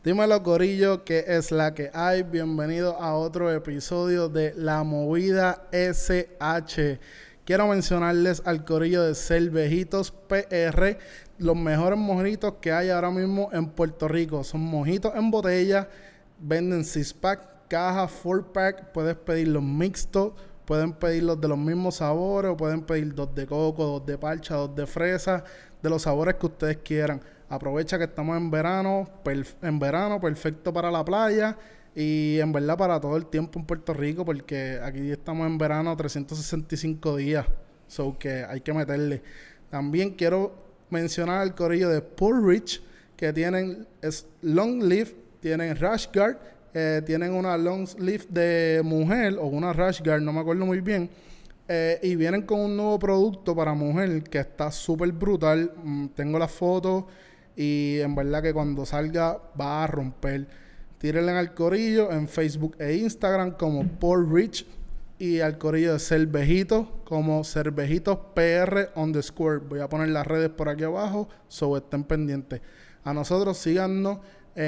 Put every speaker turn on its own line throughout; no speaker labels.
Dímelo, Corillo, que es la que hay. Bienvenido a otro episodio de La Movida SH. Quiero mencionarles al Corillo de Cervejitos PR, los mejores mojitos que hay ahora mismo en Puerto Rico. Son mojitos en botella, venden 6-pack, caja, 4-pack. Puedes pedir los mixtos, pueden pedirlos de los mismos sabores o pueden pedir 2 de coco, 2 de parcha, 2 de fresa, de los sabores que ustedes quieran. Aprovecha que estamos en verano, perfecto para la playa y en verdad para todo el tiempo en Puerto Rico, porque aquí estamos en verano 365 días, so que hay que meterle. También quiero mencionar al corillo de Purrich, que tienen long sleeve, tienen rash guard, tienen una long sleeve de mujer o una rash guard, no me acuerdo muy bien. Y vienen con un nuevo producto para mujer que está súper brutal. Tengo las fotos y en verdad que cuando salga va a romper. Tírenle al corillo en Facebook e Instagram como Purrich y al corillo de Cervejitos como CervejitosPR_. Voy a poner las redes por aquí abajo, so estén pendientes. A nosotros síganos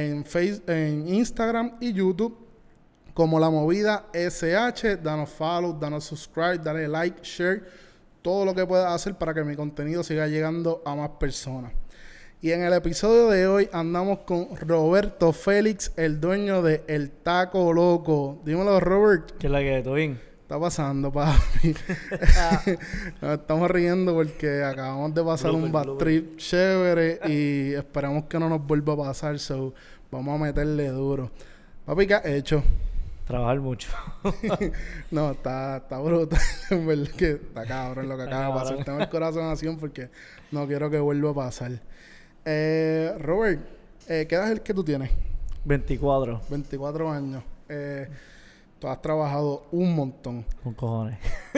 en Instagram y YouTube como La Movida SH. Danos follow, danos subscribe, dale like, share, todo lo que puedas hacer para que mi contenido siga llegando a más personas. Y en el episodio de hoy andamos con Roberto Félix, el dueño de El Taco Loco. Dímelo, Robert.
¿Qué es la que? ¿Todo bien?
Está pasando, papi. Nos estamos riendo porque acabamos de pasar un bad trip chévere y esperamos que no nos vuelva a pasar. So, vamos a meterle duro. Papi, ¿qué has hecho?
Trabajar mucho.
No, está brutal. En verdad que está cabrón lo que acaba de pasar. Tengo el corazón así porque no quiero que vuelva a pasar. Robert, ¿qué edad es el que tú tienes?
24.
24 años. Tú has trabajado un montón.
Con cojones.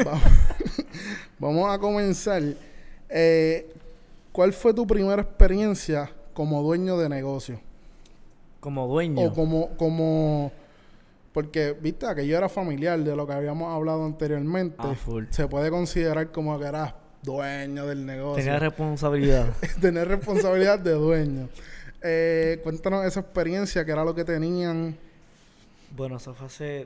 Vamos a comenzar. ¿Cuál fue tu primera experiencia como dueño de negocio?
¿Como dueño?
O como porque, viste, que yo era familiar de lo que habíamos hablado anteriormente.
Full.
Se puede considerar como que eras dueño del negocio.
Tenía responsabilidad.
Tener responsabilidad de dueño. Cuéntanos esa experiencia, que era lo que tenían.
Bueno, eso fue hace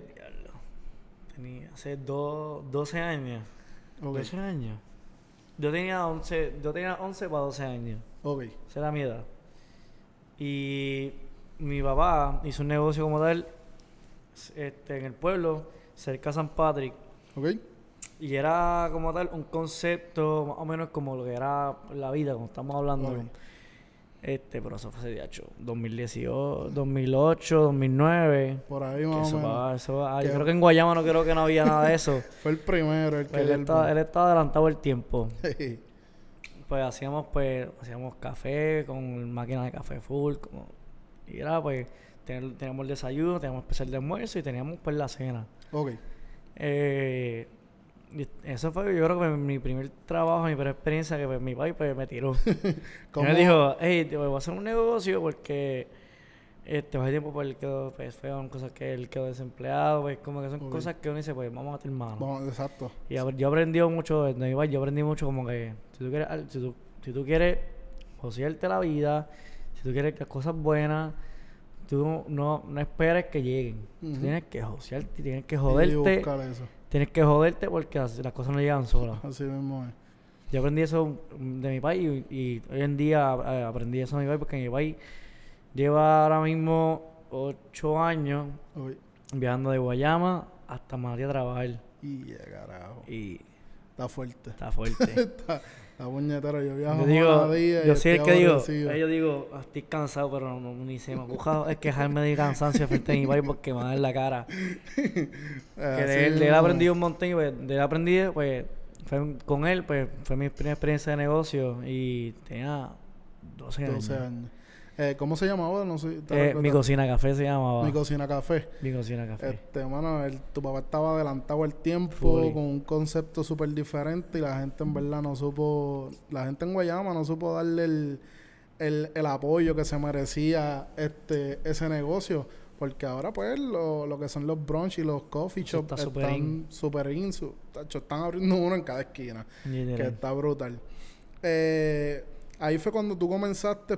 12 años.
Okay.
12 años. Yo tenía 11 para 12 años.
Ok.
Esa era mi edad. Y mi papá hizo un negocio como tal en el pueblo, cerca de San Patrick.
Ok.
Y era como tal un concepto más o menos como lo que era la vida, como estamos hablando.
Okay.
Pero eso fue hace 2018, 2008, 2009.
Por ahí más o menos.
Yo creo que en Guayama no había nada de eso.
Fue el primero el que...
Él estaba adelantado el tiempo. Pues hacíamos café con máquina de café full. Y era pues, teníamos el desayuno, teníamos especial de almuerzo y teníamos pues la cena.
Ok.
Y eso fue, yo creo que mi primer trabajo, mi primera experiencia, que pues, mi papi pues, me tiró. Y me dijo, hey, te voy a hacer un negocio porque hace tiempo pues él quedó, pues fueron cosas que él quedó desempleado, pues como que son cosas que uno dice, pues vamos a meter mano.
Bueno, exacto.
Y yo aprendí mucho de mi papi, yo aprendí mucho como que si tú quieres josearte la vida, si tú quieres las cosas buenas, tú no esperes que lleguen. Tú tienes que josearte, tienes que joderte. Tienes que joderte porque las cosas no llegan solas.
Así mismo es.
Yo aprendí eso de mi país y hoy en día aprendí eso de mi país porque mi país lleva ahora mismo 8 años viajando de Guayama hasta Madrid a trabajar.
Y carajo.
Y
está fuerte.
Está fuerte.
Está puñetero. Yo viajo
cada
día.
Yo soy el que digo, estoy cansado, pero ni se me ocurra es quejarme de cansancio frente a mi país porque me da en la cara. Que de él aprendí un montón y pues, de él aprendí, pues, con él, pues, fue mi primera experiencia de negocio y tenía 12 años.
¿Cómo se llamaba? No sé.
Mi Cocina Café se llamaba.
Mi Cocina Café.
Mi Cocina Café.
Mano, tu papá estaba adelantado al tiempo con un concepto súper diferente y la gente en verdad no supo... La gente en Guayama no supo darle el apoyo que se merecía ese negocio. Porque ahora, pues, lo que son los brunch y los coffee shops están súper están abriendo uno en cada esquina. Que está brutal. Ahí fue cuando tú comenzaste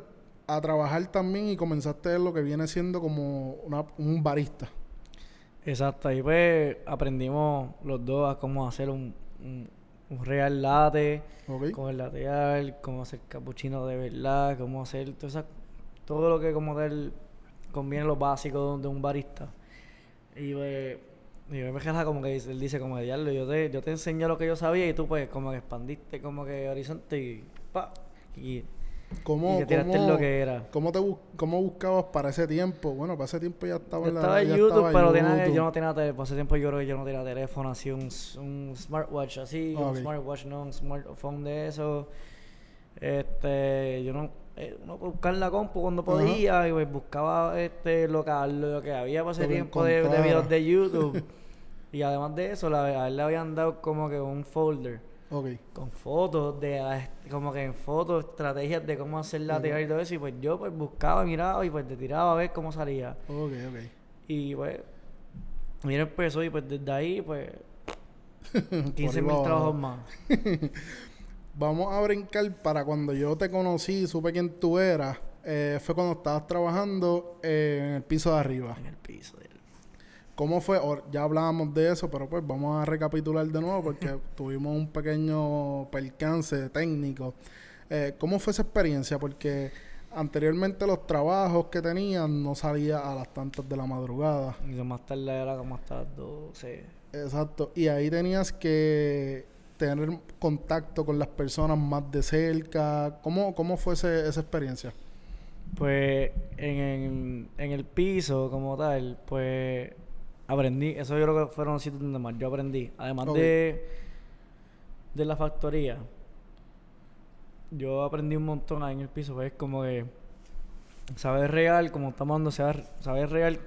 a trabajar también y comenzaste en lo que viene siendo como un barista.
Exacto, ahí pues aprendimos los dos a cómo hacer un real latte,
Ok.
con el latte art, cómo hacer cappuccino de verdad, cómo hacer todo lo que como tal conviene lo básico de un barista. Y pues, y yo me quedaba como que él dice como diablo, yo te enseñé lo que yo sabía y tú pues como que expandiste como que horizonte y pa, y, y
¿Cómo,
que tiraste en lo que era.
cómo buscabas para ese tiempo? Bueno, para ese tiempo ya estaba
Yo
en
estaba en
ya
YouTube,
estaba
pero
YouTube.
yo no tenía teléfono. Por ese tiempo yo creo que yo no tenía teléfono así, un smartwatch así,
Ok.
un smartwatch, no, un smartphone de eso. Yo no, uno buscar en la compu cuando
Ajá.
podía y pues buscaba lo que había para ese
Lo que
tiempo de
encontrara.
videos de YouTube. Y además de eso, a él le habían dado como que un folder
Ok.
con fotos como que en fotos, estrategias de cómo hacer la
Ujú.
y todo eso. Y pues yo pues buscaba, miraba y pues te tiraba a ver cómo salía.
Ok, ok.
Y pues, mira empezó y pues desde ahí pues
Por
15
ahí
mil
para
trabajos
abajo.
más.
Vamos a brincar para cuando yo te conocí, supe quién tú eras. Fue cuando estabas trabajando en el piso de arriba.
En el piso del...
¿Cómo fue? Ya hablábamos de eso, pero pues vamos a recapitular de nuevo porque tuvimos un pequeño percance técnico. ¿Cómo fue esa experiencia? Porque anteriormente los trabajos que tenían no salía a las tantas de la madrugada.
Y lo más tarde era como hasta las 12.
Exacto. Y ahí tenías que tener contacto con las personas más de cerca. ¿Cómo fue esa experiencia?
Pues en el piso como tal, pues aprendí. Eso yo creo que fueron los sitios donde más yo aprendí. Además
Ok.
de la factoría, yo aprendí un montón ahí en el piso. Pues es como que saber real, como estamos hablando, saber real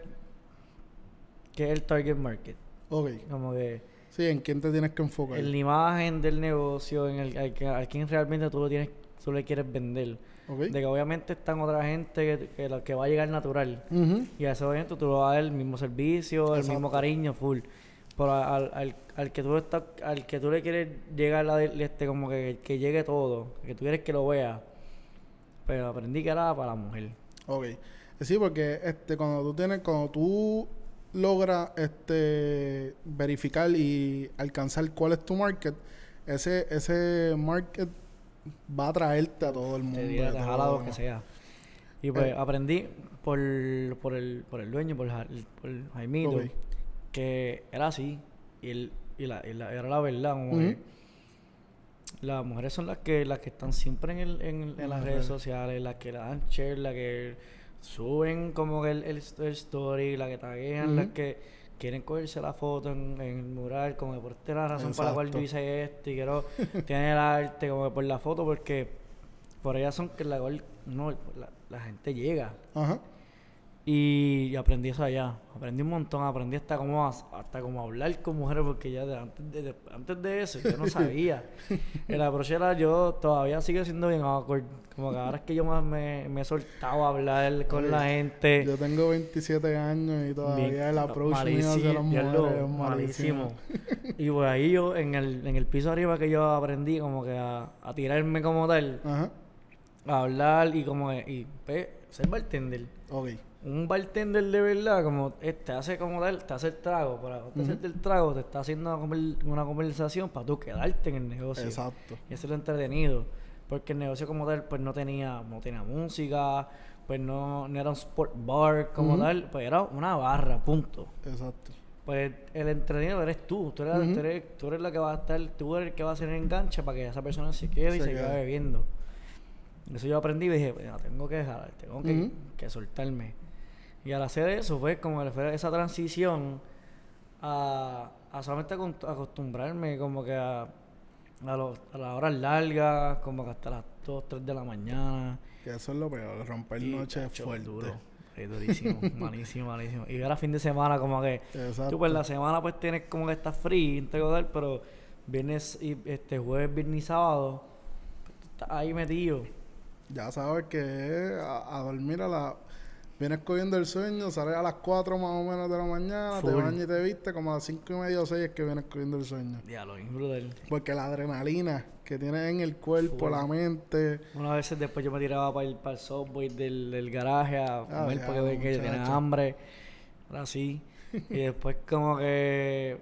qué es el target market.
Ok.
Como que
Sí, ¿en quién te tienes que enfocar?
en la imagen del negocio, a quién realmente tú le quieres vender.
Ok.
De que obviamente están otra gente que va a llegar natural.
Ujú.
Y a esa gente tú le vas a dar el mismo servicio, el mismo
Exacto.
cariño, full. Pero al que tú le quieres llegar como que llegue todo, que tú quieres que lo vea. Pero aprendí que era para la mujer.
Ok. Sí, porque cuando tú logras verificar y alcanzar cuál es tu market, ese market va a traerte a todo el mundo.
Te
de
diga, te jala
todo.
lo que sea. Y pues
Eh,
aprendí por el dueño, por Jaimito,
Ok.
que era así. Era la verdad, como que las mujeres son las que están siempre en las redes sociales, las que le dan share, las que suben como que el story, las que taguean, las que quieren cogerse la foto en el mural, como que por esta es la razón para la cual yo
Exacto.
hice esto y quiero tener el arte, como que por la foto, porque por ellas son que la cual la gente llega.
Ajá.
Y aprendí eso allá. Aprendí un montón. Aprendí hasta cómo hablar con mujeres, porque ya antes de eso yo no sabía. El approach era yo todavía sigue siendo bien awkward. Como que ahora es que yo más me he soltado a hablar con
Oye,
la gente.
Yo tengo 27 años y todavía
Bien,
el approach mío hacia las mujeres es malísimo.
Y pues ahí yo, en el piso arriba que yo aprendí como que a tirarme como tal,
Ajá.
a hablar y ser bartender.
Ok.
Un bartender de verdad, como te hace como tal, te hace el trago. Para hacerte el trago, te está haciendo una conversación para tú quedarte en el negocio.
Exacto.
Y eso es lo entretenido. Porque el negocio como tal, pues no tenía música, pues no era un sport bar como tal, pues era una barra, punto.
Exacto.
Pues el entretenido eres tú. Tú eres la que va a estar, tú eres el que va a hacer el enganche para que esa persona se quede y se quede bebiendo. Eso yo aprendí y dije, pues, tengo que dejar, tengo que soltarme. Y al hacer eso fue como que fue esa transición a solamente acostumbrarme como que a las horas largas, como que hasta las 2, 3 de la mañana.
Que eso es lo peor, romper
Y,
noche es
tacho,
fuerte.
duro, es durísimo, malísimo. Y ahora fin de semana como que
Exacto.
tú pues la semana pues tienes como que estás free, pero viernes y jueves, viernes y sábado, pues, tú estás ahí metido.
Ya sabes que es a dormir Vienes cogiendo el sueño, sales a las 4 más o menos de la mañana, te bañas y te viste, como a las 5:30 o 6 es que vienes cogiendo el sueño.
Diablo, bien brutal.
Porque la adrenalina que tienes en el cuerpo, la mente...
Unas veces después yo me tiraba para ir para el subway del garaje a comer porque que tenía hambre, así. Y después como que...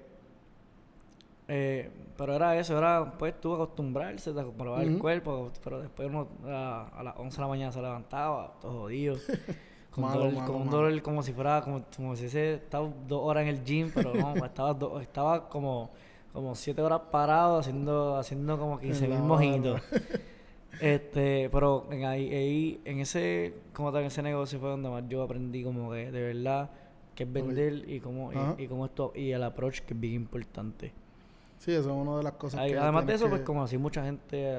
pero era eso, era pues tú acostumbrarse, te acostumbraba el cuerpo, pero después uno a las 11 de la mañana se levantaba, todo jodido. Con un dolor como si fuera, como si hubiese estado 2 horas en el gym, pero no, estaba como 7 horas parado haciendo como 15,000 mojitos. Pero en ese negocio fue donde más yo aprendí como que de verdad que es vender y cómo esto y el approach que es bien importante.
Sí, eso es una de las cosas que
además de eso, pues conocí mucha gente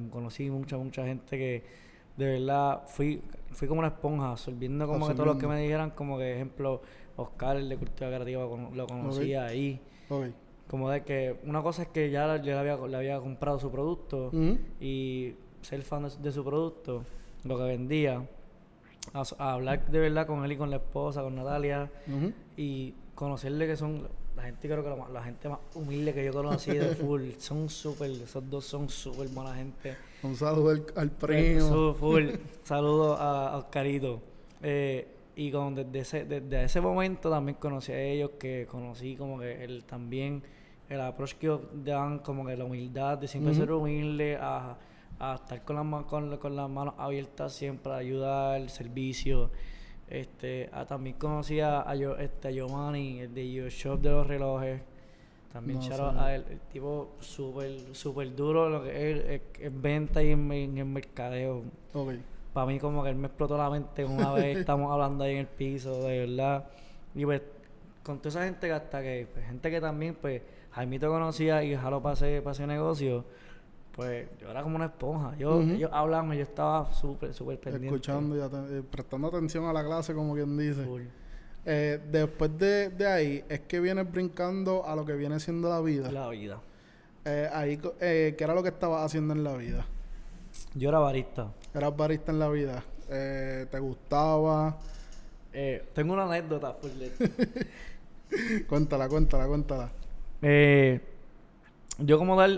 que de verdad fui como una esponja, absorbiendo como que todos los que me dijeran, como que ejemplo, Oscar, el de Cultura Creativa, lo conocía ahí. Como de que una cosa es que ya le había comprado su producto y ser fan de su producto, lo que vendía, a hablar de verdad con él y con la esposa, con Natalia, y conocerle que son la gente, creo que la gente más humilde que yo conocí de full, esos dos son súper buena gente.
Un saludo al primo.
Saludo a Oscarito. Y desde ese momento también conocí a ellos, que conocí como que el approach que dan, como que la humildad de siempre ser humilde, a estar con las manos abiertas siempre, a ayudar, el servicio. También conocí a Giovanni, el de Your Shop de los relojes. También a él, el tipo súper duro lo que es venta y en el mercadeo. Para mí como que él me explotó la mente una vez estamos hablando ahí en el piso, de verdad. Y pues con toda esa gente gente que también pues Jaimito conocía y jaló para ese negocio, pues yo era como una esponja. Ellos hablaban y yo estaba súper pendiente.
Escuchando y prestando atención a la clase, como quien dice. Después de ahí, es que vienes brincando a lo que viene siendo la vida.
La vida.
¿Qué era lo que estabas haciendo en la vida?
Yo era barista.
¿Eras barista en la vida? ¿Te gustaba?
Tengo una anécdota.
Cuéntala.
Yo como tal,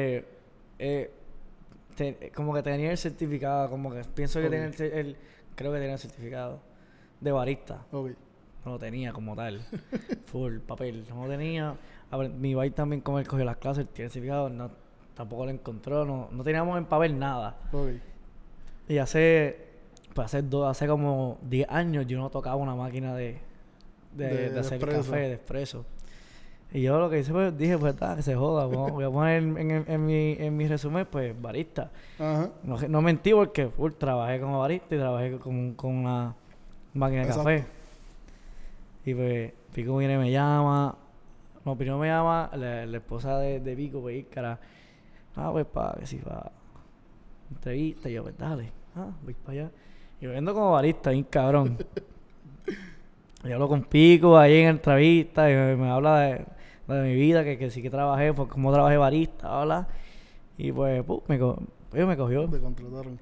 como que tenía el certificado, como que pienso que tenía creo que tenía el certificado de barista. No lo tenía como tal. Full papel. No lo tenía. Mi baile también, como él cogió las clases, tiene el certificado, tampoco lo encontró. No teníamos en papel nada. Y hace como 10 años yo no tocaba una máquina de hacer café, de expreso. Y yo lo que hice, pues dije, pues que se joda. Voy a poner en mi resumen, pues barista. No mentí porque trabajé como barista y trabajé con una máquina de café. Y pues Pico viene y me llama. No, primero me llama la esposa de Pico, pues Ícara. Pues que si va entrevista. Y yo, pues dale, voy para allá. Y yo vendo como barista, bien cabrón. Y hablo con Pico ahí en entrevista y me habla de mi vida, que sí que trabajé, pues como trabajé barista, habla. Y pues, me cogió.
Te contrataron.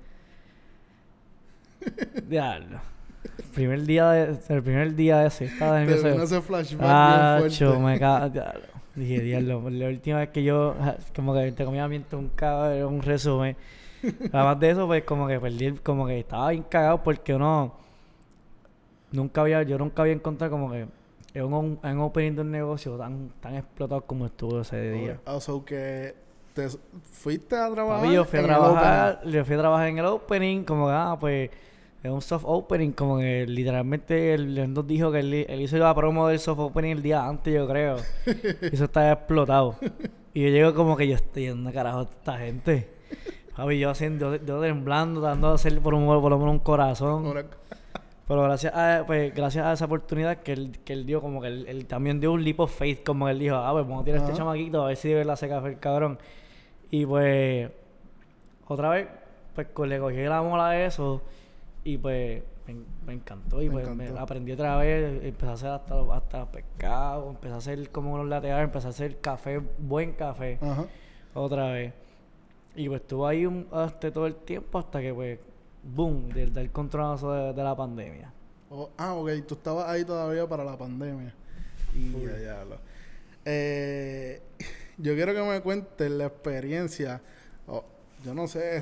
Diablo. El primer día de ese estaba en
ese flashback bien fuerte.
Me cago. Dije, diablo, la última vez que yo, como que te comía mientras un resumen. Además de eso, pues como que perdí, como que estaba bien cagado porque yo nunca había encontrado como que en un opening de un negocio tan explotado como estuvo ese día.
O sea, que te fuiste a trabajar.
Yo fui a trabajar en el opening, como que, pues, en un soft opening, como que literalmente él nos dijo que él hizo la promo del soft opening el día antes, yo creo. Y eso estaba explotado. Y yo llego como que yo estoy en una carajo de esta gente. Javi, yo temblando, tratando de hacer por lo menos un corazón. Pero gracias a esa oportunidad que él dio, como que él también dio un leap of faith, como que él dijo, pues vamos a tirar este chamaquito a ver si de verdad se café el cabrón. Y pues, otra vez, pues le cogí la mola a eso y pues me encantó. Y pues me aprendí otra vez, empecé a hacer hasta pescado, empecé a hacer como unos lateales, empecé a hacer café, buen café, otra vez. Y pues estuve ahí todo el tiempo hasta que pues boom, del controlazo de la pandemia.
Ok, tú estabas ahí todavía para la pandemia. Y
Full.
ya lo. Yo quiero que me cuentes la experiencia. Oh, yo no sé,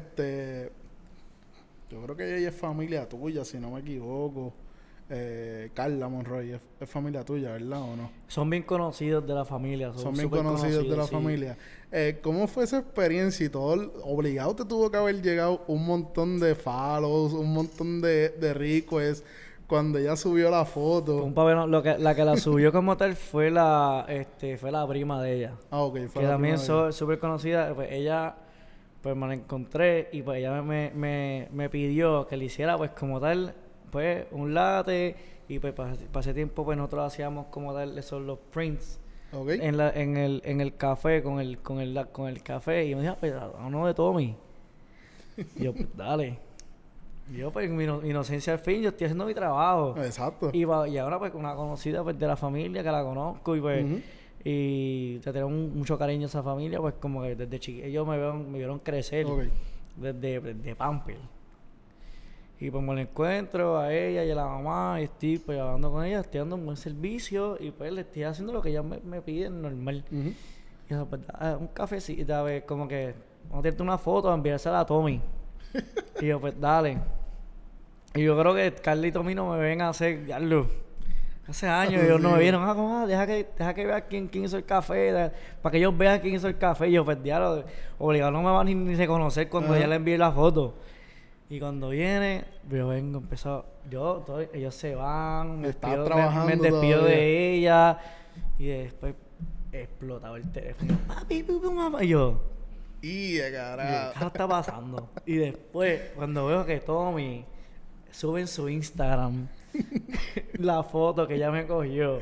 yo creo que ella es familia tuya, si no me equivoco. Carla Monroy es familia tuya, ¿verdad o no?
Son bien conocidos de la familia.
Son bien
súper
conocidos de la
sí.
familia. ¿Cómo fue esa experiencia y todo? Obligado te tuvo que haber llegado un montón de follows, un montón de requests cuando ella subió la foto.
Un pabellón, la que la subió como tal fue fue la prima de ella.
Ok, fue
Que
la
también
primera vez.
es súper conocida. Pues ella, pues me la encontré y pues ella me pidió que le hiciera pues como tal, pues un latte. Y pues para ese tiempo pues nosotros hacíamos como tal esos los prints
Ok.
en el café con el café. Y me dijo, pues uno de Tommy. Y yo, pues dale. Y yo pues mi inocencia al fin, yo estoy haciendo mi trabajo.
Exacto.
Y ahora pues una conocida pues de la familia que la conozco y pues
Ujú.
y te tengo mucho cariño a esa familia, pues como que desde chiquillo ellos me vieron crecer
Ok.
desde Pamper. Y pues me la encuentro a ella y a la mamá y estoy pues hablando con ella, estoy dando un buen servicio y pues le estoy haciendo lo que ellas me piden normal.
Ujú.
Y yo, pues, un cafecito, a ver, como que vamos a tirarte una foto, a enviársela a Tommy. Y yo, pues dale. Y yo creo que Carly y Tommy no me ven a hacer, diablo. Hace años ellos no me vieron, deja que vea quién hizo el café, para que ellos vean quién hizo el café. Y yo, pues diablo, obligado no me van ni reconocer cuando
Ajá.
ella le envíe la foto. Y cuando viene, ellos se van,
Estás trabajando
me despido
todavía.
de ella. Y después explotaba el teléfono. Papi, mamá. Y yo,
Y
¿qué
carajo.
está pasando? Y después, cuando veo que Tommy sube en su Instagram la foto que ella me cogió.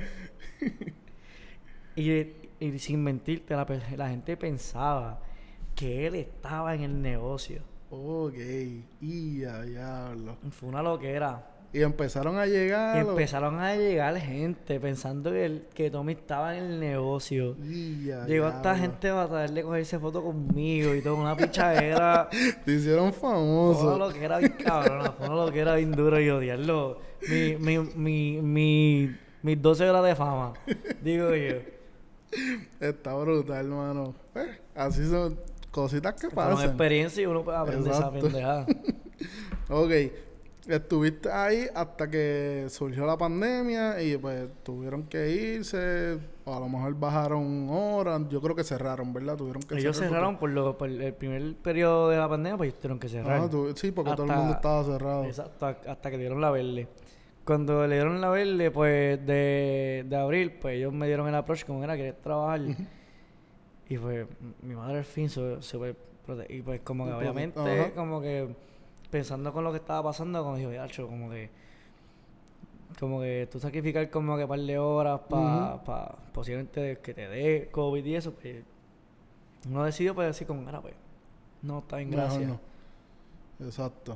Y sin mentirte, la gente pensaba que él estaba en el negocio.
Ok. Y a diablo.
Fue una loquera.
Y empezaron a
Y
llegar.
empezaron a llegar gente pensando que Tommy estaba en el negocio.
Y a
Llegó esta
diablo.
gente a tratar de cogerse foto conmigo y todo, una pichadera.
Te hicieron
Fue una
famoso.
loquera bien cabrona, fue una loquera bien dura y odiarlo. Mis 12 horas de fama, digo yo.
Está brutal, hermano. Así son cositas que
Fueron
pasan.
experiencias y uno pues, aprende esa
Exacto.
pendejada.
Ok. Estuviste ahí hasta que surgió la pandemia y pues tuvieron que irse. O a lo mejor bajaron horas. Yo creo que cerraron, ¿verdad? Tuvieron que
Ellos
cerrar
cerraron por el primer periodo de la pandemia, pues ellos tuvieron que cerrar.
Sí, porque todo el mundo estaba cerrado.
Exacto, hasta que le dieron la verde. Cuando le dieron la verde, pues de abril, pues ellos me dieron el approach como era, ¿quieres trabajar? Y pues mi madre al fin y pues como que
Ajá.
obviamente como que pensando con lo que estaba pasando, como dijo, Yacho, como que tú sacrificar como que un par de horas para posiblemente que te dé COVID y eso, pues uno decidió pues decir como, pues no, está bien,
Mejor
gracias.
no. Exacto.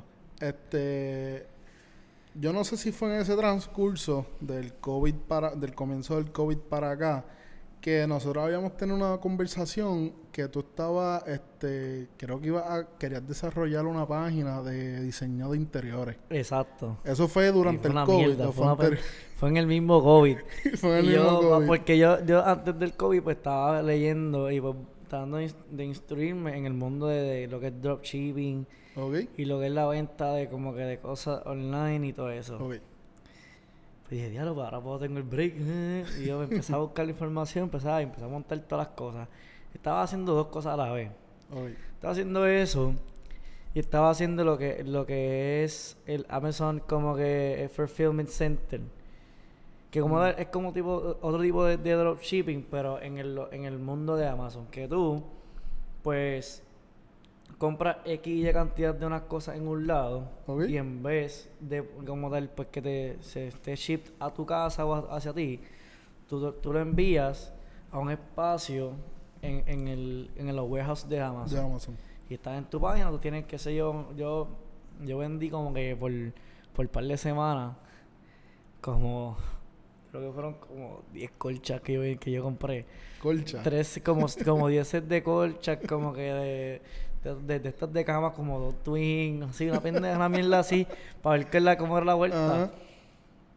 Yo no sé si fue en ese transcurso del comienzo del COVID para acá, que nosotros habíamos tenido una conversación que tú estabas, creo que querías desarrollar una página de diseño de interiores.
Exacto.
Eso fue
Y
durante
fue
el
una
COVID.
mierda,
¿O fue
fue en el mismo COVID.
fue en el
Y
mismo COVID.
Porque yo antes del COVID pues estaba leyendo y pues tratando de instruirme en el mundo de lo que es dropshipping
Ok.
y lo que es la venta de como que de cosas online y todo eso.
Ok.
Pues dije, diablo, pues ahora puedo tener el break. Y yo empecé a buscar la información, empecé a montar todas las cosas. Estaba haciendo dos cosas a la vez.
Ok.
Estaba haciendo eso y estaba haciendo lo que es el Amazon como que Fulfillment Center. Que como es como otro tipo de dropshipping, pero en el mundo de Amazon. Que tú, pues, compras X de cantidad de unas cosas en un lado
Ok.
y en vez de como tal, pues que se esté shipped a tu casa o hacia ti, tú lo envías a un espacio en los warehouse de Amazon.
De Amazon.
Y estás en tu página, tú tienes que ser yo vendí como que por par de semanas, creo que fueron como 10 colchas que yo compré.
Colcha.
Como 10 sets de colchas, como que de estas de cama, como dos twins, así, una pendeja, una mierda así, para ver cómo era la vuelta.
Ajá.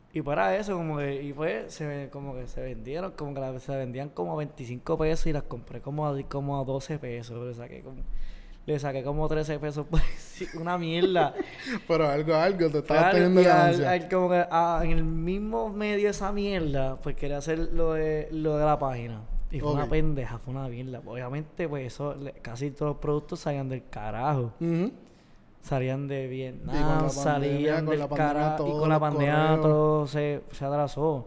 Y para eso, como que, y pues, como que se vendieron, como que se vendían como 25 pesos y las compré como a 12 pesos. Le saqué como 13 pesos por sí, una mierda.
Pero algo, te
Fue
estabas teniendo ganancia.
como que en el mismo medio de esa mierda, pues quería hacer lo de la página. Y fue una
Ok.
pendeja, fue una mierda. Obviamente, pues eso, casi todos los productos salían del carajo.
Ujú.
Salían de
Y con
Vietnam,
la pandemia,
salían
con
del
la pandemia
carajo. Y
todos
con la
los
pandemia
correos.
todo se atrasó.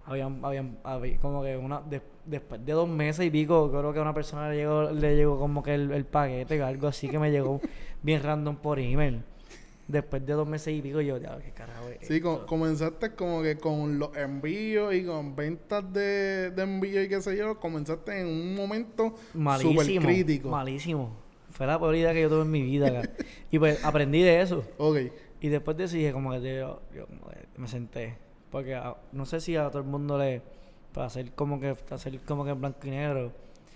Había como que después de 2 meses y pico, creo que a una persona le llegó como que el paquete, algo así que me llegó bien random por email. Después de 2 meses y pico, yo, ya, qué carajo es
Sí,
esto?
comenzaste como que con los envíos y con ventas de envío y qué sé yo, comenzaste en un momento súper
Malísimo,
crítico.
malísimo. Fue la peor idea que yo tuve en mi vida, cara. Y pues aprendí de eso.
Ok.
Y después de eso dije como que yo como que me senté. Porque no sé si a todo el mundo para hacer como que en blanco y negro,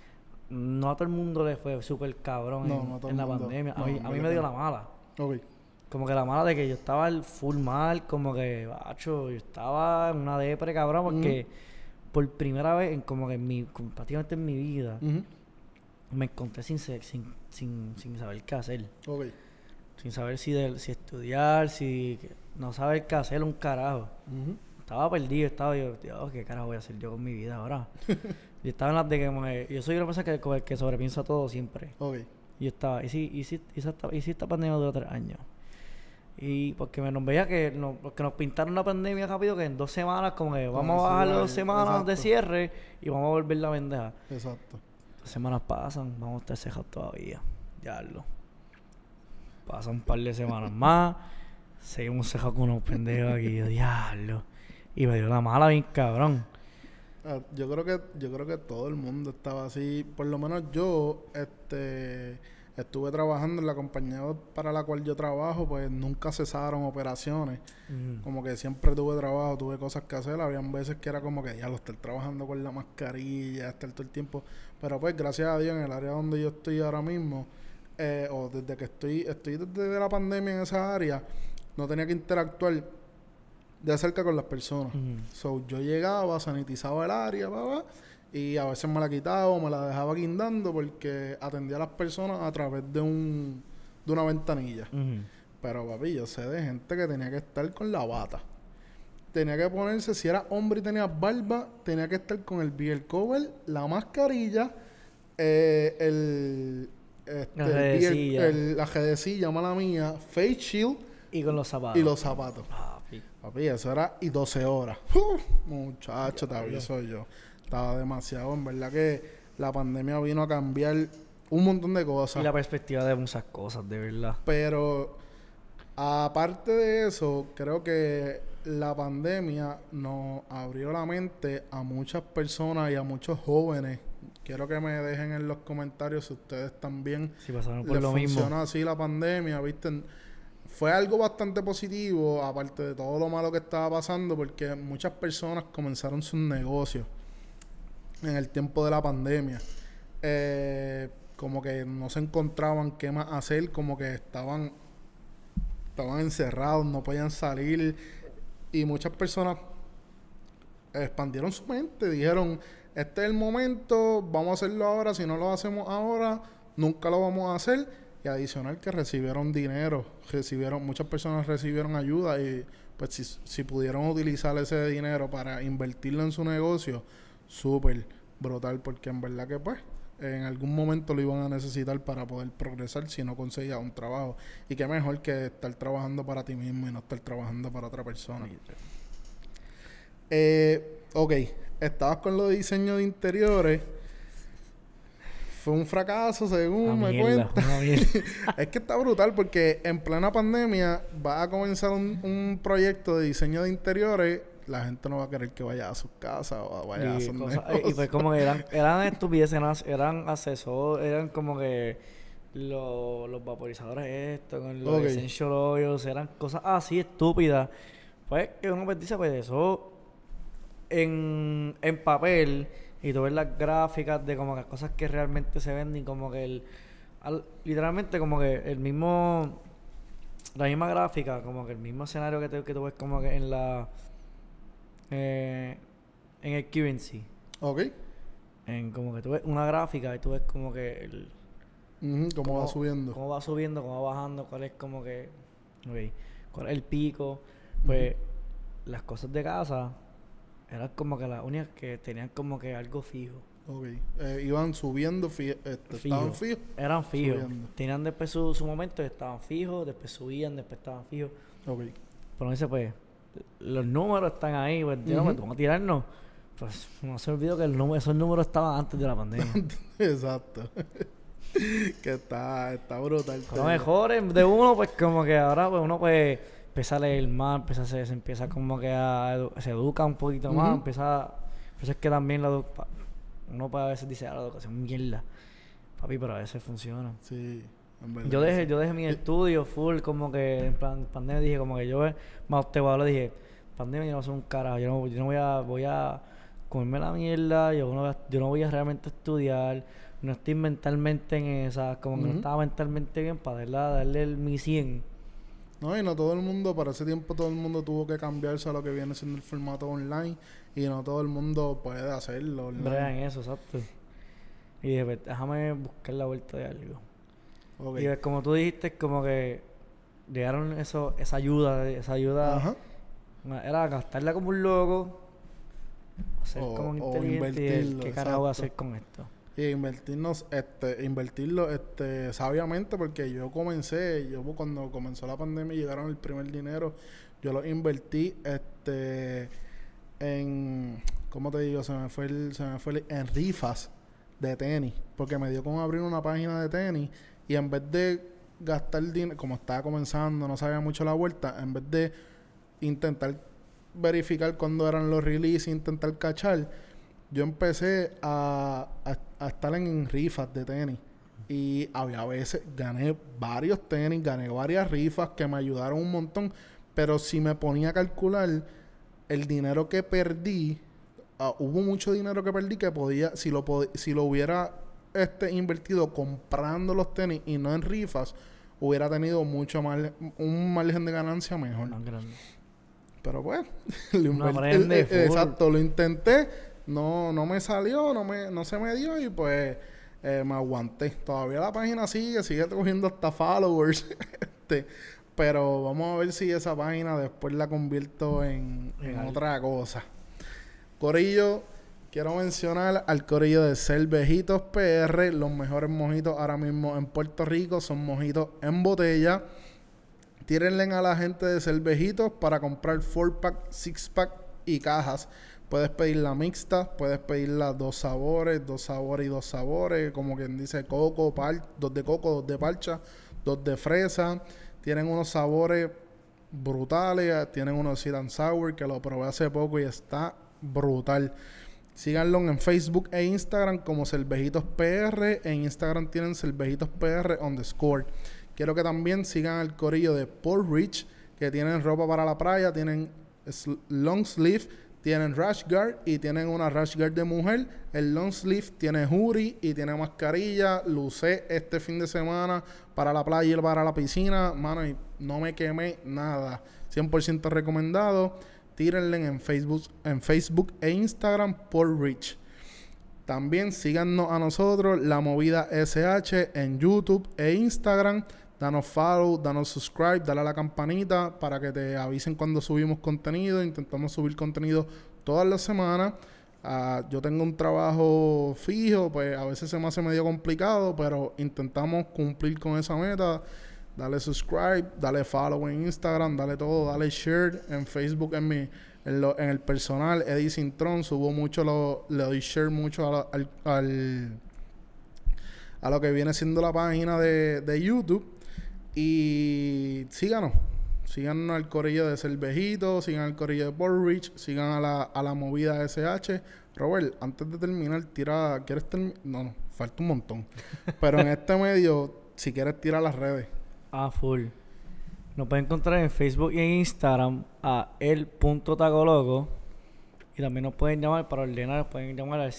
no a todo el mundo le fue súper cabrón
No, no todo
en
el
la
mundo.
pandemia.
No,
A mí
en
me
verdad
dio
que
la
no.
mala.
Ok.
Como que la mala de que yo estaba full mal, como que, bacho, yo estaba en una depre, cabrón, porque por primera vez, como que prácticamente en mi vida,
Ujú.
me encontré sin saber qué hacer.
Ok.
Sin saber si estudiar, no saber qué hacer un carajo.
Ujú.
Estaba perdido, yo, Dios, ¿qué carajo voy a hacer yo con mi vida ahora? Yo estaba en las de que yo soy una persona que sobrepiensa todo siempre.
Ok.
Y yo estaba, ¿y si esta pandemia dura 3 años? Y porque nos veía porque nos pintaron una pandemia rápido que en 2 semanas, como que vamos a bajar las 2 semanas de
Exacto.
cierre y vamos a volver la pendeja.
Exacto.
2 semanas pasan, vamos a estar cejados todavía. Ya lo. Pasan un par de semanas más, seguimos cejados con unos pendejos aquí, yo, diablo. Y me dio la mala bien cabrón.
Yo creo que todo el mundo estaba así. Por lo menos yo, estuve trabajando en la compañía para la cual yo trabajo, pues nunca cesaron operaciones. Como que siempre tuve trabajo, tuve cosas que hacer. Habían veces que era como que ya lo estar trabajando con la mascarilla, estar todo el tiempo. Pero pues gracias a Dios en el área donde yo estoy ahora mismo, o desde que estoy desde la pandemia en esa área, no tenía que interactuar de cerca con las personas. So, yo llegaba, sanitizaba el área, y a veces me la quitaba o me la dejaba guindando porque atendía a las personas a través de una ventanilla. Pero papi, yo sé de gente que tenía que estar con la bata. Tenía que ponerse, si era hombre y tenía barba, tenía que estar con el beer cover, la mascarilla, la jedecilla, mala mía, face shield
Y con los zapatos.
y los zapatos.
Papi.
Papi, eso era y 12 horas. Muchacho, te aviso yo. Estaba demasiado. En verdad que la pandemia vino a cambiar un montón de cosas.
Y la perspectiva de muchas cosas, de verdad.
Pero aparte de eso, creo que la pandemia nos abrió la mente a muchas personas y a muchos jóvenes. Quiero que me dejen en los comentarios si ustedes también
Si pasaron por
les
lo mismo.
funciona así la pandemia, ¿viste? Fue algo bastante positivo, aparte de todo lo malo que estaba pasando, porque muchas personas comenzaron sus negocios en el tiempo de la pandemia. Como que no se encontraban qué más hacer, como que estaban encerrados, no podían salir. Y muchas personas expandieron su mente, dijeron, este es el momento, vamos a hacerlo ahora, si no lo hacemos ahora, nunca lo vamos a hacer. Y adicional que recibieron dinero, muchas personas recibieron ayuda y pues si pudieron utilizar ese dinero para invertirlo en su negocio, súper brutal, porque en verdad que pues en algún momento lo iban a necesitar para poder progresar si no conseguía un trabajo. Y qué mejor que estar trabajando para ti mismo y no estar trabajando para otra persona. Ok, estabas con lo de diseño de interiores. Fue un fracaso, según me cuentas. Es que está brutal porque en plena pandemia va a comenzar un proyecto de diseño de interiores. La gente no va a querer que vaya a sus casas o vaya a sus negocios.
Y pues como que eran estupideces, eran accesorios, eran como que los vaporizadores con los essential oils, eran cosas así estúpidas. Pues que uno pues dice, pues eso en papel, y tú ves las gráficas de como que cosas que realmente se venden, y como que literalmente como que la misma gráfica, como que el mismo escenario que tú ves como que en en el QNC.
Ok.
En como que tú ves una gráfica y tú ves como que
¿Cómo va subiendo?
Cómo va subiendo, cómo va bajando, cuál es como que... Ok, cuál es el pico. Pues las cosas de casa eran como que las únicas que tenían como que algo fijo.
Ok. Iban subiendo, estaban fijos.
Eran fijos.
Subiendo.
Tenían después su momento y estaban fijos, después subían, después estaban fijos.
Ok.
Pero dice, pues, los números están ahí, pues, yo no me vamos a tirarnos. Pues no se olvidó que esos números estaban antes de la pandemia.
Exacto. Que está brutal.
Lo mejor de uno, pues como que ahora pues uno pues empieza a leer más, se empieza como que se educa un poquito más, empieza... Por eso es que también uno puede a veces dice, la educación es mierda. Papi, pero a veces funciona.
Sí, en verdad.
Yo dejé mi estudio full, como que en plan, pandemia dije, como que yo más te le dije, pandemia yo no soy un carajo, yo no voy a comerme la mierda, yo no voy a realmente estudiar, no estoy mentalmente en esa, como que no estaba mentalmente bien para darle mi 100.
No, y no todo el mundo, para ese tiempo todo el mundo tuvo que cambiarse a lo que viene siendo el formato online y no todo el mundo puede hacerlo online.
Bregan eso, exacto. Y dije, pues, déjame buscar la vuelta de algo.
Okay.
Y pues, como tú dijiste, como que llegaron esa ayuda,
Ajá.
Era gastarla como un loco, ser como un inteligente y
invertirlo,
qué carajo voy a hacer con esto.
Y invertirlo sabiamente, porque yo cuando comenzó la pandemia y llegaron el primer dinero, yo lo invertí en, ¿cómo te digo? En rifas de tenis, porque me dio con abrir una página de tenis y en vez de gastar dinero, como estaba comenzando, no sabía mucho la vuelta, en vez de intentar verificar cuándo eran los releases, intentar cachar, yo empecé a estar en rifas de tenis. Y había veces, gané varios tenis, gané varias rifas que me ayudaron un montón. Pero si me ponía a calcular el dinero que perdí, hubo mucho dinero que perdí que podía, si lo hubiera invertido comprando los tenis y no en rifas, hubiera tenido mucho más, un margen de ganancia mejor.
Más grande.
Pero pues,
exacto,
lo intenté. No me salió, no se me dio y pues me aguanté. Todavía la página sigue cogiendo hasta followers. Pero vamos a ver si esa página después la convierto en otra cosa. Corillo, quiero mencionar al corillo de Cervejitos PR. Los mejores mojitos ahora mismo en Puerto Rico son mojitos en botella. Tírenle a la gente de Cervejitos para comprar 4-pack, 6-pack y cajas. Puedes pedir la mixta, puedes pedir las 2 sabores y 2 sabores, como quien dice 2 de coco, 2 de parcha, 2 de fresa. Tienen unos sabores brutales, tienen unos sweet and sour que lo probé hace poco y está brutal. Síganlo en Facebook e Instagram como Cervejitos PR. En Instagram tienen Cervejitos PR _ Quiero que también sigan al corillo de Port Rich, que tienen ropa para la playa, tienen long sleeve, tienen rash guard y tienen una rash guard de mujer. El long sleeve tiene hoodie y tiene mascarilla. Lo usé este fin de semana para la playa y para la piscina, mano, y no me quemé nada. 100% recomendado. Tírenle en Facebook e Instagram por Rich. También síganos a nosotros, La Movida SH, en YouTube e Instagram. Danos follow, danos subscribe, dale a la campanita para que te avisen cuando subimos contenido. Intentamos subir contenido todas las semanas. Yo tengo un trabajo fijo, pues a veces se me hace medio complicado, pero intentamos cumplir con esa meta. Dale subscribe, dale follow en Instagram, dale todo, dale share en Facebook, en el personal, Eddie Sintron, subo mucho, le doy share mucho a lo que viene siendo la página de YouTube. Y síganos al corillo de Cervejitos, sigan al corillo de Port Rich, sigan a la movida SH. Robert, antes de terminar, ¿quieres terminar? No, falta un montón. Pero en este medio, si quieres, tira las redes.
Full. Nos pueden encontrar en Facebook y en Instagram a el.tacoloco. Y también nos pueden llamar para ordenar, nos pueden llamar al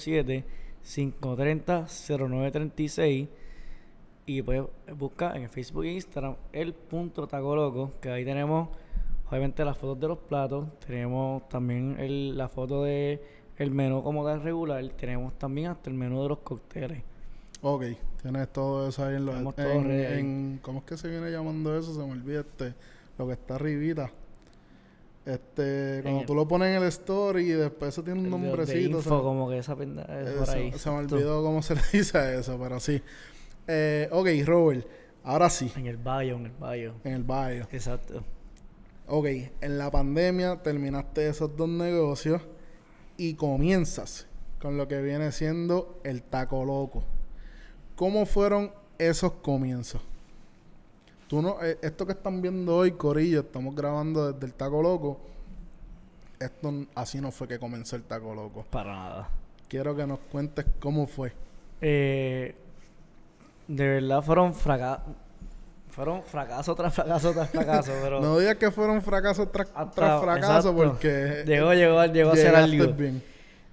787-530-0936. Y puedes buscar en Facebook e Instagram el.tacoloco, que ahí tenemos obviamente las fotos de los platos, tenemos también la foto de el menú como tal regular, tenemos también hasta el menú de los cócteles.
Ok, tienes todo eso ahí en los...
Tenemos todo ready ahí.
¿Cómo es que se viene llamando eso? Se me olvida lo que está arribita. Cuando tú lo pones en el story y después eso tiene un nombrecito.
Info, como que esa pendeja por ahí.
Se me olvidó cómo se le dice a eso, pero sí. Ok, Robert, ahora sí.
En el bio.
En el bio.
Exacto.
Ok, en la pandemia terminaste esos dos negocios y comienzas con lo que viene siendo el Taco Loco. ¿Cómo fueron esos comienzos? Esto que están viendo hoy, corillo, estamos grabando desde el Taco Loco. Así no fue que comenzó el Taco Loco.
Para nada.
Quiero que nos cuentes cómo fue.
De verdad fueron fracaso tras fracaso tras fracaso, pero...
No digas que fueron fracaso tras fracaso,
exacto.
porque...
Llegó a ser algo.
Bien.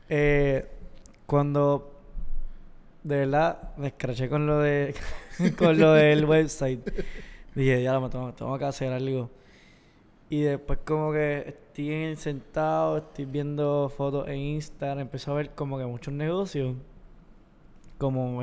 Cuando de verdad me escraché con lo de con lo del website, dije, ya tengo que hacer algo. Y después como que estoy sentado, estoy viendo fotos en Instagram, empecé a ver como que muchos negocios, como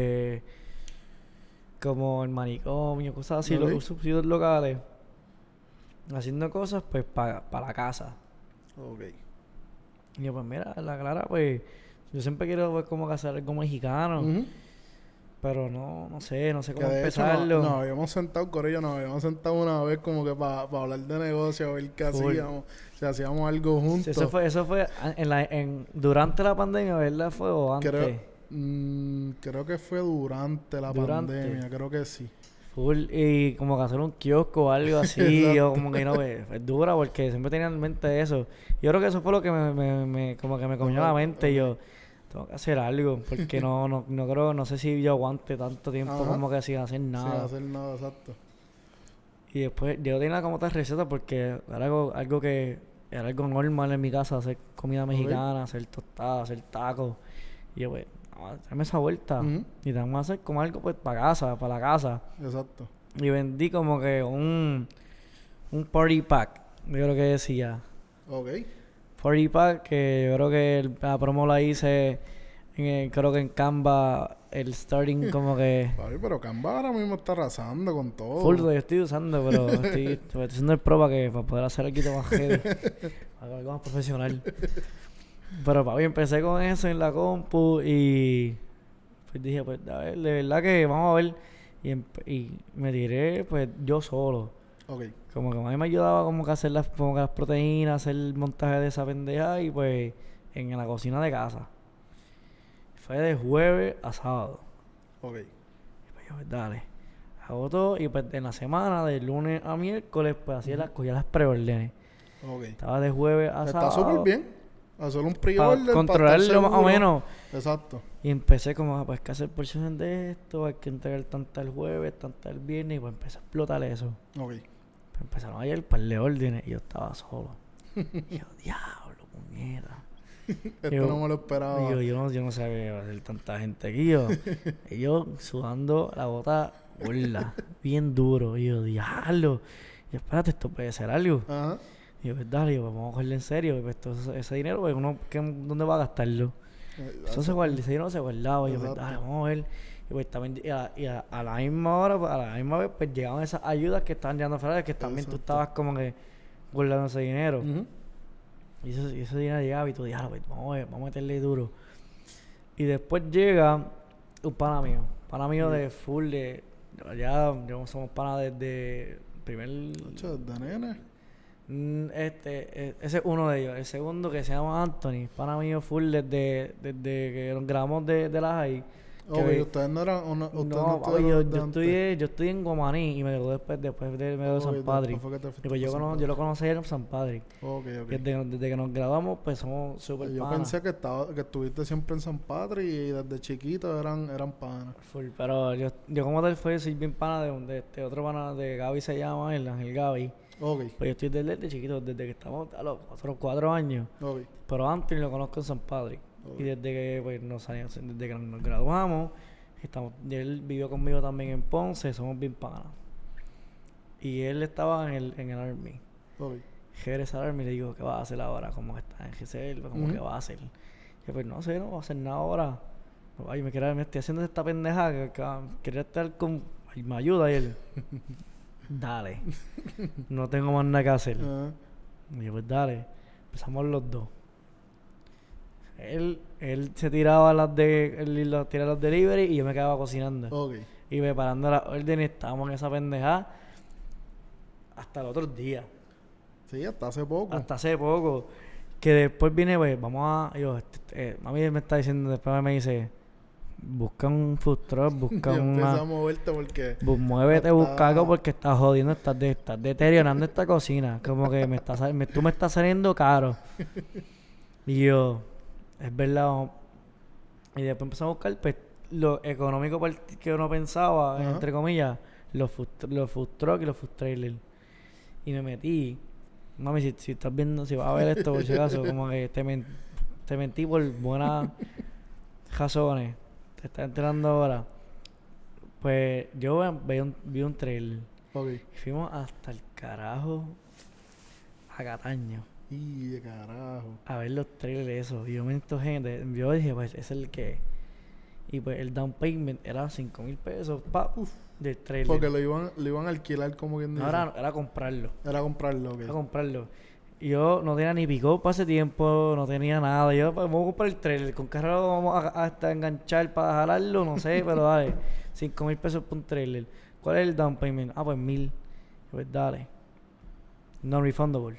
como el manicomio, cosas así,
Okay.
los subsidios locales, haciendo cosas pues para la casa.
Ok.
Y yo, pues mira, la clara, pues yo siempre quiero pues como que hacer algo mexicano,
Ujú.
pero no sé
Que
cómo
de hecho
empezarlo.
nos habíamos sentado, Corillo, nos habíamos sentado una vez como que para hablar de negocio, a ver qué
Full.
hacíamos, si hacíamos algo
Sí,
juntos.
eso fue durante la pandemia, ¿verdad? ¿Fue o antes?
Creo que fue durante la pandemia, creo que sí.
Full, y como que hacer un kiosco o algo así,
Exacto.
yo como que no, es dura porque siempre tenía en mente eso. Yo creo que eso fue lo que como que me comió la mente y yo, tengo que hacer algo, porque no creo, no sé si yo aguante tanto tiempo
Ajá.
como que sin hacer nada.
Sin hacer nada, exacto.
Y después yo tenía como otras recetas porque era algo que era algo normal en mi casa, hacer comida mexicana, hacer tostadas, hacer tacos. Y yo pues, dame esa vuelta.
Ujú.
Y tenemos que hacer como algo pues para la casa.
Exacto.
Y vendí como que un party pack, yo creo que decía.
Ok.
Party pack, que yo creo que la promo la hice creo que en Canva, el starting como que...
Papi, pero Canva ahora mismo está arrasando con todo.
Full, yo estoy usando, pero estoy haciendo el pro para poder hacer algo más heavy. Algo más profesional. Pero papi, empecé con eso en la compu y pues dije, pues a ver, de verdad que vamos a ver. Y me tiré pues yo solo.
Ok.
Como que a mí me ayudaba como que a hacer como que las proteínas, hacer el montaje de esa pendeja y pues en la cocina de casa. Fue de jueves a sábado.
Ok.
Y pues yo, pues dale. Hago todo y pues en la semana, de lunes a miércoles, pues cogía las preórdenes.
Ok.
Estaba de jueves a sábado.
Está súper bien. Hacer un
Para
pre-order.
controlarlo más o menos.
Exacto.
Y empecé como, pues, que hacer porciones de esto, hay que entregar tanta el jueves, tanta el viernes, y pues empecé a explotar eso.
Ok.
Pues empezaron a llegar un par de órdenes y yo estaba solo. Y yo, diablo, puñeta.
Esto no me lo esperaba.
Y yo no sabía que iba a ser tanta gente aquí. Y yo sudando la bota gorda, bien duro. Y yo, diablo. Y yo, espérate, esto puede ser algo.
Ajá.
Y yo, pues dale, pues, vamos a cogerle en serio. Y pues ese dinero, pues uno, ¿dónde va a gastarlo? Eso ese dinero se guardaba. Y yo, pues dale, vamos a ver. Y pues también, y a la misma hora, pues, a la misma vez, pues llegaban esas ayudas que estaban llegando afuera, que también tú estabas como que guardando ese dinero.
Ujú.
Y ese dinero llegaba y tú dijiste, pues vamos a meterle duro. Y después llega un pana mío de full, ya somos panas desde primer...
Ocho, de nene.
ese es uno de ellos. El segundo, que se llama Anthony, pana mío full desde que nos grabamos de la high.
Ok, ustedes no eran... ustedes
No, papi,
estuvieron
yo
antes.
estoy en Guamaní y me gradué después de me gradué de San
Ok,
Patrick.
después fue que te fuiste
Y pues
para San
yo lo conocí en San Patrick.
Ok, ok.
Desde que nos graduamos, pues somos súper
Yo
panas.
pensé que estuviste siempre en San Patrick y desde chiquito eran panas.
Full, pero yo como tal soy bien pana de este otro pana de Gaby, se llama el Ángel Gaby.
Ok,
Pues yo estoy desde chiquito, desde que estamos a los otros 4 años.
ok.
Pero antes lo conozco en San Patrick.
Ok.
Y desde que pues desde que nos graduamos, y él vivió conmigo también en Ponce, somos bien panas. Y él estaba en el Army.
Ok.
regresé a dormir y le digo, ¿qué vas a hacer ahora? Como que está en reserva, como que vas a hacer. Y yo, pues no sé, no voy a hacer nada ahora. Ay, me estoy haciendo esta pendeja que quería estar con... Ay, me ayuda y él. Dale. No tengo más nada que hacer. Y yo, pues dale. Empezamos los dos. Él se tiraba él tiraba los delivery y yo me quedaba cocinando.
Okay.
Y preparando las órdenes, estábamos en esa pendeja hasta el otro día.
Sí, hasta hace poco.
Hasta hace poco. Que después viene, pues, vamos a... Yo, mami me está diciendo, después me dice, busca un food truck, busca
Yo
una...
empecé a moverte porque...
Muévete, busca algo porque estás jodiendo, estás deteriorando esta cocina. Como que tú me estás saliendo caro. Y yo, es verdad. Y después empezamos a buscar, pues, lo económico que uno pensaba, entre comillas, los food truck y los food trailer. Y me metí. Mami, si estás viendo, si vas a ver esto, por si acaso, como que te mentí por buenas razones. Te estás enterando ahora. Pues yo vi un trailer.
Okay.
Y fuimos hasta el carajo a Cataño.
Y de carajo.
A ver los trailers esos. Y yo me entojé. Yo dije, pues, es el que. Y pues el down payment era 5,000 pesos del trailer.
Porque lo iban a alquilar como quien dice.
No, era comprarlo.
Era comprarlo, ok.
Era comprarlo. Y yo no tenía ni pick-up para ese tiempo, no tenía nada. Yo, pues, vamos a comprar el trailer. ¿Con qué raro vamos a enganchar para jalarlo? No sé, pero dale. 5,000 pesos por un trailer. ¿Cuál es el down payment? Ah, pues 1,000. Pues dale. Non-refundable.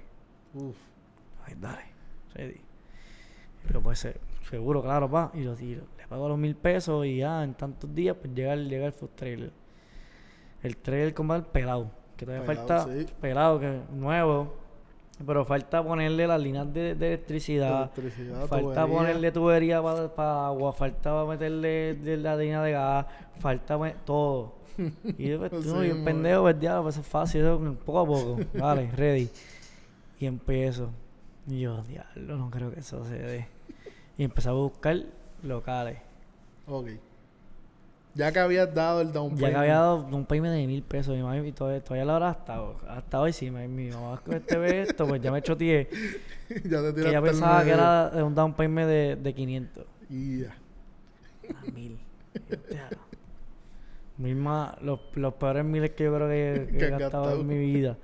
Ay, dale. Ready. Pero pues seguro, claro, pa. Y lo tiro. Le pago los 1,000 pesos y ya en tantos días pues llega el food trailer. El trailer como el pelado. Que todavía falta pelado, que nuevo. Pero falta ponerle las líneas de electricidad. Falta ponerle tubería para agua. Falta meterle la línea de gas. Falta todo. Y yo, pues, un pendejo, pues diablo, pues es fácil, eso poco a poco. Vale, ready. Y empiezo. Y yo, diablo, no creo que eso se dé. Y empecé a buscar locales.
Ok. Ya que habías dado el down payment.
Ya que había dado un payment de 1,000 pesos. Mi mami, todavía la hora hasta hoy sí. Mi mamá con ve esto, pues ya me choteé.
Ya te
que ya pensaba que era un down payment de 500.
Ya.
1,000. Los peores miles que yo creo que he gastado en mi vida.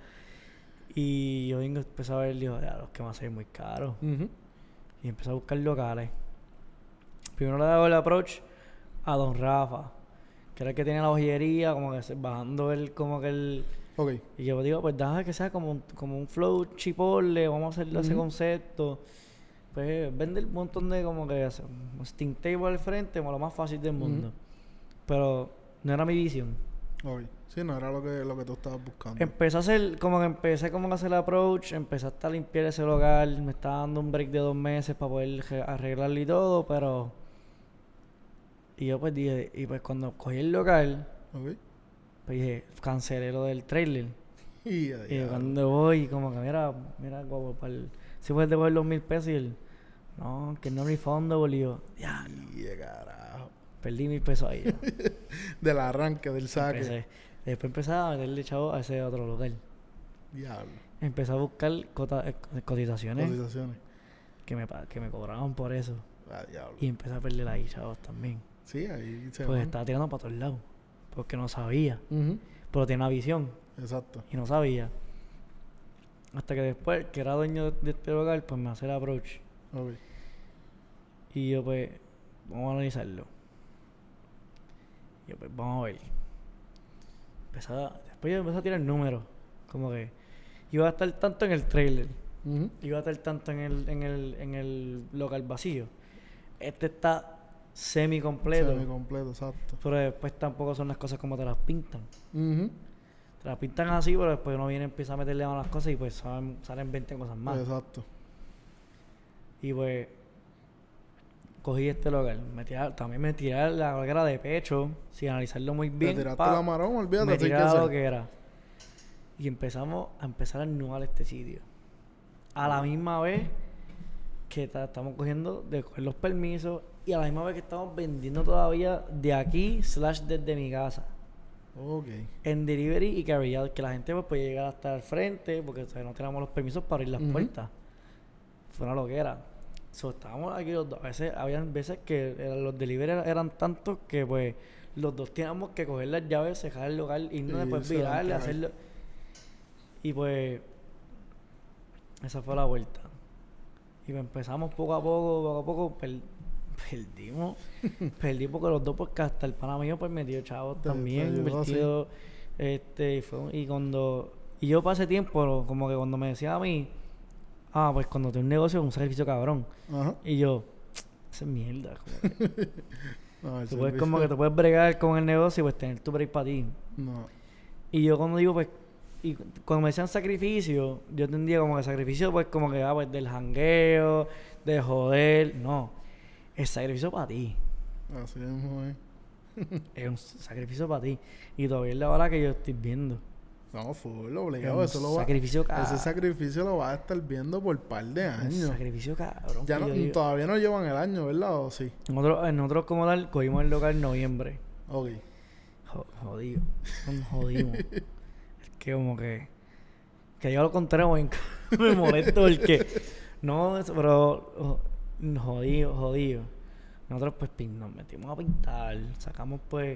Y yo empecé a ver y digo, los que más es muy caro. Y empecé a buscar locales. Primero le daba el approach a Don Rafa, que era el que tenía la joyería, como que bajando el.
Okay.
Y yo digo, pues déjame que sea como un flow chipotle, vamos a hacerle ese concepto. Pues vende un montón de como que un steam table al frente, como lo más fácil del mundo. Pero no era mi visión.
Okay. Sí, no era lo que tú estabas buscando.
Empecé a hacer el approach, empecé hasta a limpiar ese local, me estaba dando un break de 2 meses para poder arreglarlo y todo, pero... Y yo pues dije, y pues cuando cogí el local, pues dije, cancelé lo del trailer. Y cuando voy, como que mira, guapo, si puedes devolver los 1,000 pesos y él, no, que no refundable, y yo, ya.
Carajo.
Perdí 1,000 pesos ahí. ¿No?
Del arranque, del saque.
Después empecé a meterle chavo a ese otro local.
Diablo.
Empecé a buscar cotizaciones. Que me cobraban por eso.
Diablo.
Y empecé a perder ahí, chavos, también.
Sí, ahí se
pues estaba tirando para todos lados. Porque no sabía. Pero tenía una visión.
Exacto.
Y no sabía. Hasta que después, que era dueño de este local, pues me hace el approach.
Okay.
Y yo pues, vamos a analizarlo. Y yo pues, vamos a ver. Después yo empecé a tirar números. Como que iba a estar tanto en el trailer. Iba a estar tanto en el local vacío. Este está semi-completo.
Semi-completo, exacto.
Pero después tampoco son las cosas como te las pintan. Te las pintan así, pero después uno viene y empieza a meterle a las cosas y pues salen 20 cosas más.
Exacto.
Y pues cogí este local. También me tiré la loquera de pecho, sin analizarlo muy bien.
Te tiraste la maroma, olvídate.
Me tiré la loquera. Y empezamos a empezar a innovar este sitio. A la misma vez que estamos cogiendo de coger los permisos y a la misma vez que estamos vendiendo todavía de aquí / desde mi casa.
Ok.
En delivery y carry out, que la gente pues puede llegar hasta el frente porque, o sea, no teníamos los permisos para abrir las puertas. Fue una loquera. So, estábamos aquí los dos. Habían veces que los delivery eran tantos que pues los dos teníamos que coger las llaves, dejar el local, irnos después virarle, hacerlo. Y pues esa fue la vuelta. Y pues empezamos poco a poco, perdimos. Perdí porque los dos, porque hasta el pana mío pues metió chavos también, invertido. Y yo pasé tiempo, como que cuando me decía a mí, pues cuando tengo un negocio es un sacrificio cabrón.
Ajá.
Y yo, esa es mierda. Como que,
No,
tú puedes como que te puedes bregar con el negocio y pues tener tu break para ti.
No.
Y yo cuando digo pues, y cuando me decían sacrificio, yo entendía como que sacrificio pues como que pues del jangueo, de joder. No, es sacrificio para ti.
Así mismo es.
Es un sacrificio para ti. Y todavía es la hora que yo estoy viendo.
No, full obligado. Ese sacrificio lo vas a estar viendo por par de años.
Sacrificio cabrón.
Ya todavía no llevan el año, ¿verdad? ¿O sí?
Nosotros como tal cogimos el local en noviembre.
Ok.
Jodido. Jodimos. Es que como que yo lo contrario me molesto porque no, pero jodido. Nosotros pues nos metimos a pintar, sacamos pues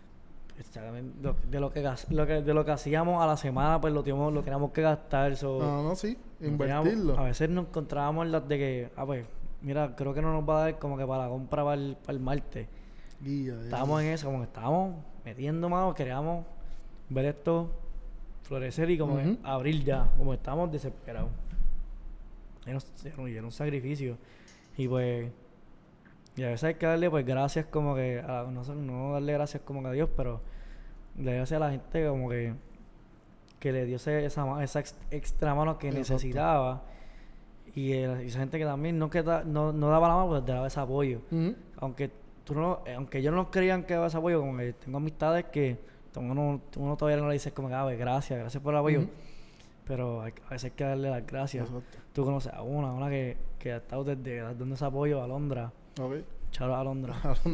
de lo que hacíamos a la semana, pues lo teníamos que gastar.
Sí, invertirlo.
A veces nos encontrábamos en las de que, pues, mira, creo que no nos va a dar como que para la compra para el martes. Estábamos en eso, como que estábamos metiendo más, queríamos ver esto florecer y como que abrir ya, como estábamos desesperados. Era un sacrificio. Y pues, y a veces hay que darle pues gracias como que, no darle gracias como que a Dios, pero le gracias a la gente como que le dio esa extra mano que necesitaba. Y esa gente que también no daba la mano, pues te daba ese apoyo. Aunque ellos no creían que daba ese apoyo, como que tengo amistades que uno todavía no le dice como que gracias por el apoyo. Pero a veces hay que darle las gracias. Exacto. Tú conoces a una que ha estado dando ese apoyo a Alondra.
Okay.
Charo Alondra.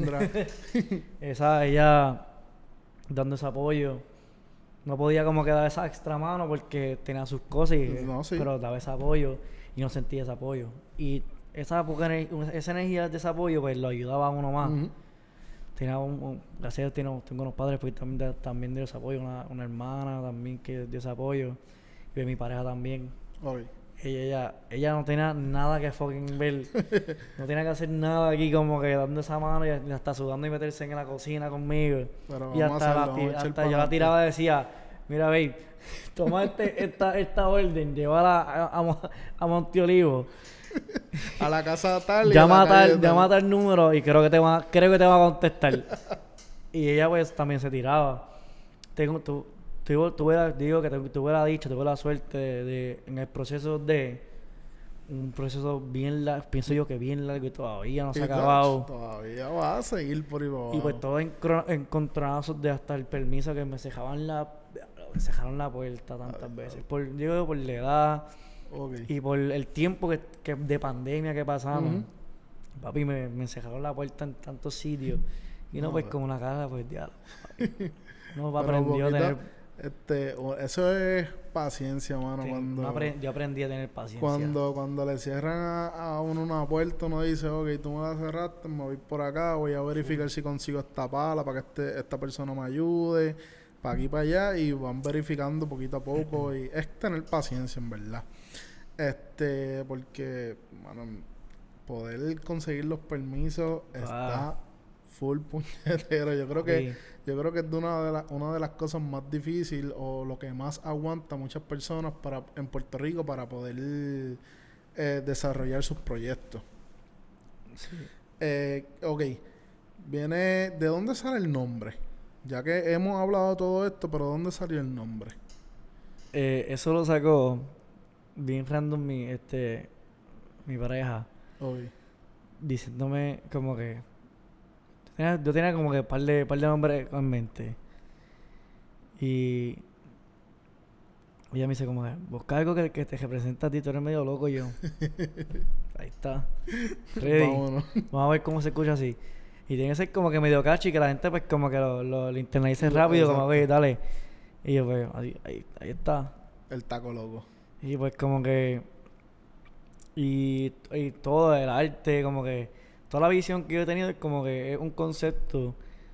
Ella dando ese apoyo. No podía como que dar esa extra mano porque tenía sus cosas, pero daba ese apoyo y no sentía ese apoyo. Y esa energía de ese apoyo pues lo ayudaba a uno más. Tenía gracias a Dios tengo unos padres pues también dio ese apoyo, una hermana también que dio ese apoyo, y mi pareja también.
Okay.
Ella no tenía nada que fucking ver. No tenía que hacer nada aquí como que dando esa mano y hasta sudando y meterse en la cocina conmigo.
Pero
y hasta yo la tiraba y decía, mira babe, toma esta orden, llévala a Monteolivo.
A la casa tal
llama a tal número y creo que te va a contestar. Y ella pues también se tiraba. Tuve la suerte de en el proceso un proceso bien largo, pienso yo que bien largo y todavía no se ha acabado.
Todavía va a seguir por ahí abajo.
Y pues todo encontronazos de hasta el permiso que me cejaron la puerta tantas veces. Por la edad.
Okay.
Y por el tiempo que de pandemia que pasamos. Papi, me encerraron la puerta en tantos sitios. Y pues con una cara, pues ya. No aprendió a tener...
eso es paciencia, mano.
Sí, yo aprendí a tener paciencia.
Cuando le cierran a uno una puerta, uno dice, ok, tú me la cerraste, me voy por acá, voy a verificar si consigo esta pala para que esta persona me ayude, para aquí, para allá, y van verificando poquito a poco. Y es tener paciencia, en verdad. Porque, mano, poder conseguir los permisos está full puñetero. Yo creo que es una de las cosas más difíciles o lo que más aguanta muchas personas en Puerto Rico para poder desarrollar sus proyectos. Sí. Ok. ¿De dónde sale el nombre? Ya que hemos hablado de todo esto, pero ¿de dónde salió el nombre?
Eso lo sacó bien random mi pareja.
Okay.
Diciéndome como que yo tenía como que par de nombres en mente. Y ella me dice como que busca algo que te representa a ti, tú eres medio loco. Y yo ahí está, ready. Vamos a ver cómo se escucha así. Y tiene que ser como que medio catchy, que la gente pues como que lo internalice
Lo-
rápido, como
exacto.
que dale. Y yo pues, ahí está.
El taco loco.
Y pues como que... Y todo el arte, como que... Toda la visión que yo he tenido es como que es un concepto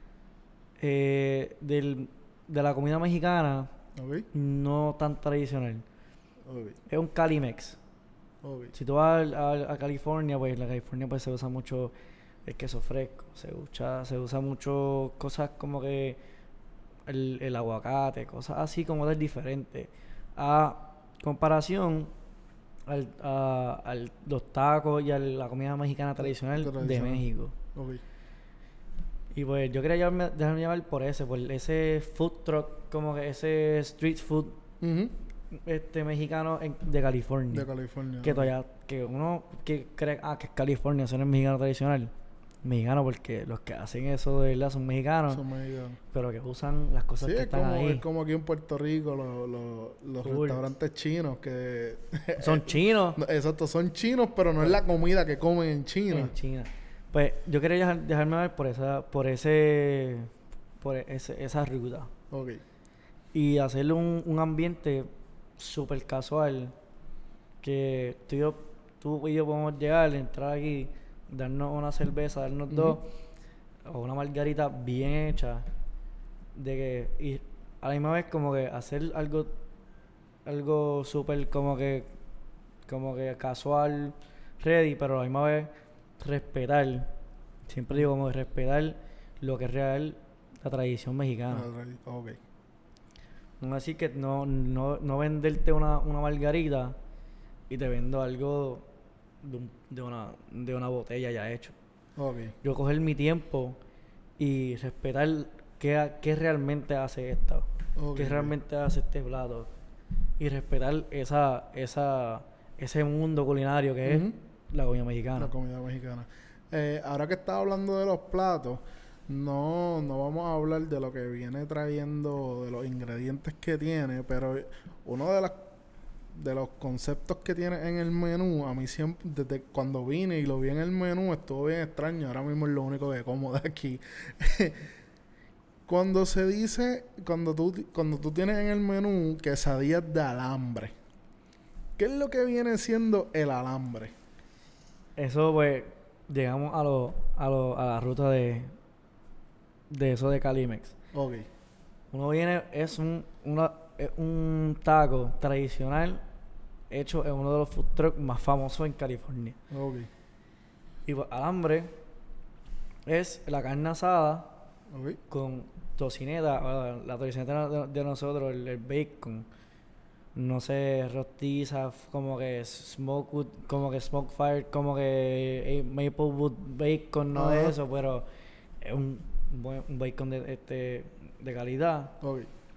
de la comida mexicana
Ok.
no tan tradicional.
Ok.
Es un Calimex.
Ok.
Si tú vas a California, pues en la California pues se usa mucho el queso fresco, se usa mucho cosas como que el aguacate, cosas así como de diferentes. A comparación los tacos y a la comida mexicana tradicional de
Tradicional.
México.
Ok.
Y pues yo quería dejarme llevar por ese food truck, como que ese street food
Ujú.
mexicano de California.
De California.
Que
ok.
todavía, que uno que cree, que es California, eso no es mexicano tradicional. Mexicano porque los que hacen eso de verdad son mexicanos,
Son mexicanos.
pero que usan las cosas
Sí,
que
es
están ahí.
como aquí en Puerto Rico los
Full.
restaurantes chinos que...
Son chinos
No, exacto, son chinos, pero no es la comida que comen en China.
en China. Pues yo quería dejarme ver esa ruta.
Ok.
Y hacerle un ambiente súper casual que tú y yo podemos llegar, entrar aquí, darnos una cerveza, darnos
Ujú.
dos, o una margarita bien hecha, y a la misma vez como que hacer algo súper como que casual, ready, pero a la misma vez siempre digo como que respetar lo que es real, la tradición mexicana.
Ok.
No así que no venderte una margarita y te vendo algo de una botella ya hecho.
Ok.
Yo coger mi tiempo y respetar qué realmente hace esto,
Ok.
qué realmente hace este plato y respetar ese mundo culinario que
Ujú.
es la comida mexicana.
La comida mexicana. Ahora que estás hablando de los platos, no vamos a hablar de lo que viene trayendo, de los ingredientes que tiene, pero uno de los conceptos que tiene en el menú, a mí siempre, desde cuando vine y lo vi en el menú, estuvo bien extraño. Ahora mismo es lo único que como de aquí. Cuando se dice, cuando tú tienes en el menú quesadillas de alambre, ¿qué es lo que viene siendo el alambre?
Eso pues llegamos a la ruta de eso de Calimex.
Ok.
Uno viene, es un taco tradicional hecho en uno de los food trucks más famosos en California.
Ok.
Y pues, alambre es la carne asada
Ok.
con tocineta, la tocineta de nosotros, el bacon, no sé, rostiza, como que smoke fire, como que Maplewood bacon, no de
Ajá.
eso, pero es un bacon de calidad.
Ok.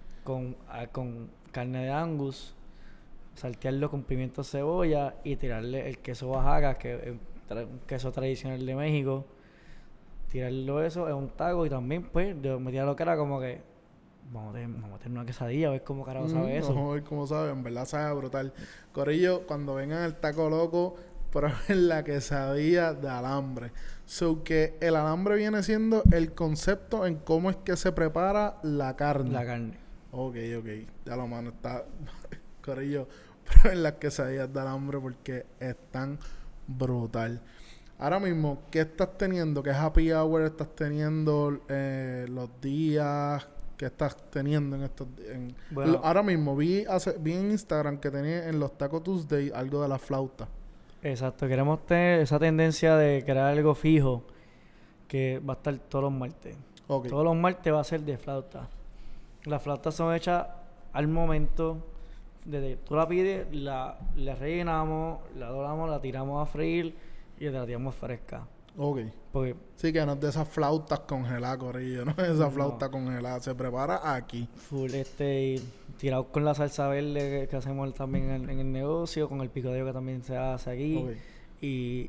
Con carne de Angus, saltearlo con pimiento cebolla y tirarle el queso Oaxaca, que es un queso tradicional de México. Tirarlo eso en un taco y también pues yo me tiré lo que era como que vamos a tener una quesadilla a ver cómo carajo sabe eso.
Vamos a ver cómo sabe. En verdad sabe brutal. Corillo, cuando vengan al Taco Loco, prueben la quesadilla de alambre. So que el alambre viene siendo el concepto en cómo es que se prepara la carne.
La carne.
Ok. Ya lo mano está. Corillo, prueben las quesadillas de alambre porque están brutal. Ahora mismo, ¿qué estás teniendo? ¿Qué happy hour estás teniendo los días? ¿Qué estás teniendo en estos días?
Bueno,
Ahora mismo, vi en Instagram que tenía en los Taco Tuesday algo de la flauta.
exacto, queremos tener esa tendencia de crear algo fijo que va a estar todos los martes.
Ok.
Todos los martes va a ser de flauta. Las flautas son hechas al momento. Desde tú la pides, la rellenamos, la doramos, la tiramos a freír y te la tiramos fresca.
Ok.
Porque
Sí, que no es de esas flautas congeladas, Corillo. No es esa
No.
flauta congelada. Se prepara aquí.
full y tirado con la salsa verde que hacemos también en el negocio, con el picadillo que también se hace aquí
Ok.
y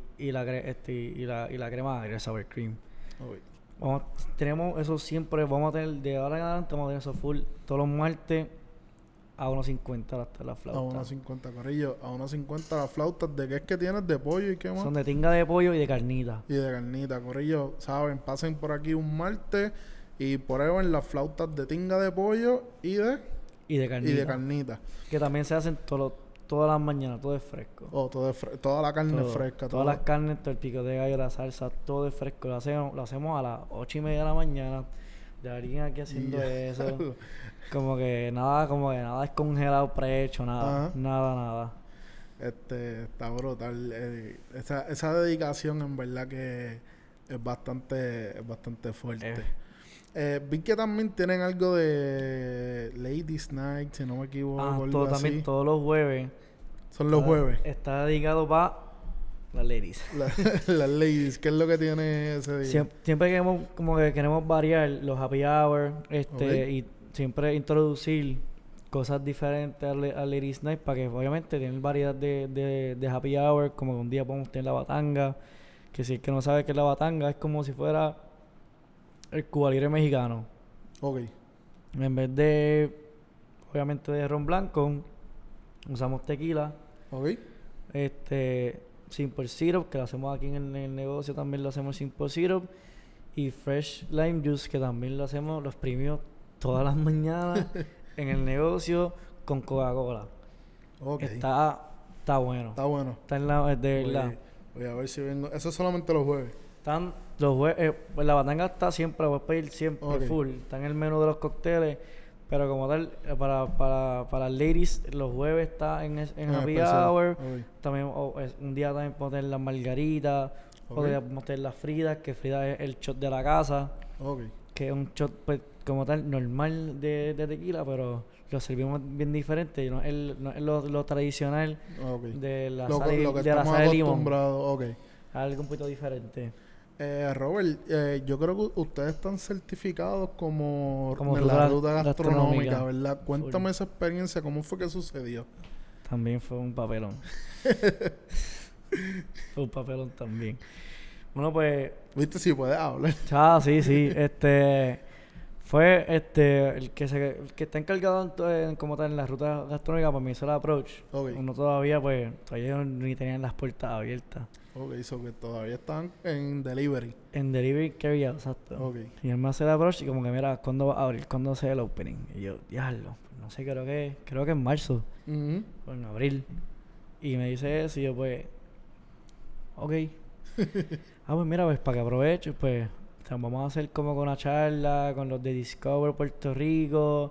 la crema agria, sour cream.
Ok.
Tenemos eso siempre, vamos a tener de ahora en adelante, vamos a tener eso full todos los martes a 1.50 las
A
flautas.
1.50, corillo. A 1.50 las flautas. ¿De qué es que tienes? ¿De pollo y qué más?
Son de tinga de pollo y de carnita.
Y de carnita, corillo. Saben, pasen por aquí un martes y prueben las flautas de tinga de pollo
Y de
y
carnita.
de carnita.
Que también se hacen todas las mañanas, todo es fresco.
Oh, toda la carne
Todo.
fresca.
Todas las carnes, todo el pico de gallo, la salsa, todo es fresco. Lo hacemos a las 8:30 de la mañana. De alguien aquí haciendo eso. Como que nada es congelado, prehecho, nada.
Ajá.
Nada.
Está brutal. Esa dedicación en verdad que es bastante fuerte. Vi que también tienen algo de Ladies Night, si no me equivoco. Algo así.
También todos los jueves.
Son los jueves.
Está dedicado para las ladies.
Las ladies, ¿qué es lo que tiene ese día?
Siempre queremos variar los happy hour, y siempre introducir cosas diferentes a Ladies Night para que obviamente tienen variedad de happy hour, como que un día podemos tener la batanga, que si el que no sabe qué es la batanga, es como si fuera el Cuba Libre mexicano.
Ok.
En vez de, obviamente, de ron blanco, usamos tequila.
Ok.
Simple syrup, que lo hacemos aquí en el negocio, también lo hacemos simple syrup. Y fresh lime juice, que también lo exprimimos todas las mañanas en el negocio con Coca-Cola.
Ok.
Está bueno.
Está bueno.
Está en la, de verdad.
Voy a ver si vengo. Eso es solamente los jueves.
Están los jueves, pues la batanga está siempre, la puedes pedir siempre full. Está en el menú de los cócteles. Pero como tal, para ladies, los jueves está en happy hour.
Okay.
También un día también podemos tener las margaritas. Podemos tener las fridas, que frida es el shot de la casa.
Okay.
Que es un shot, pues, como tal, normal de tequila, pero lo servimos bien diferente. No es lo tradicional de la sal de limón.
Okay.
Algo un poquito diferente.
Robert, yo creo que ustedes están certificados como
de
la ruta gastronómica, ¿verdad? Cuéntame esa experiencia, ¿cómo fue que sucedió?
También fue un papelón. Fue un papelón también. Bueno, pues...
¿Viste? Si puedes hablar.
Sí. Fue el que está encargado como tal en la ruta gastronómica, pues me hizo el approach. Uno todavía ni tenían las puertas abiertas.
Ok, so que todavía están en delivery.
En delivery carry out, exacto. Y él me hace el approach y como que, mira, ¿cuándo va a abrir? ¿Cuándo hace el opening? Y yo, diablo, no sé, creo que en marzo. O en abril. Y me dice eso y yo, pues, ok. Pues mira, pues para que aproveche, pues, vamos a hacer como con una charla con los de Discover Puerto Rico.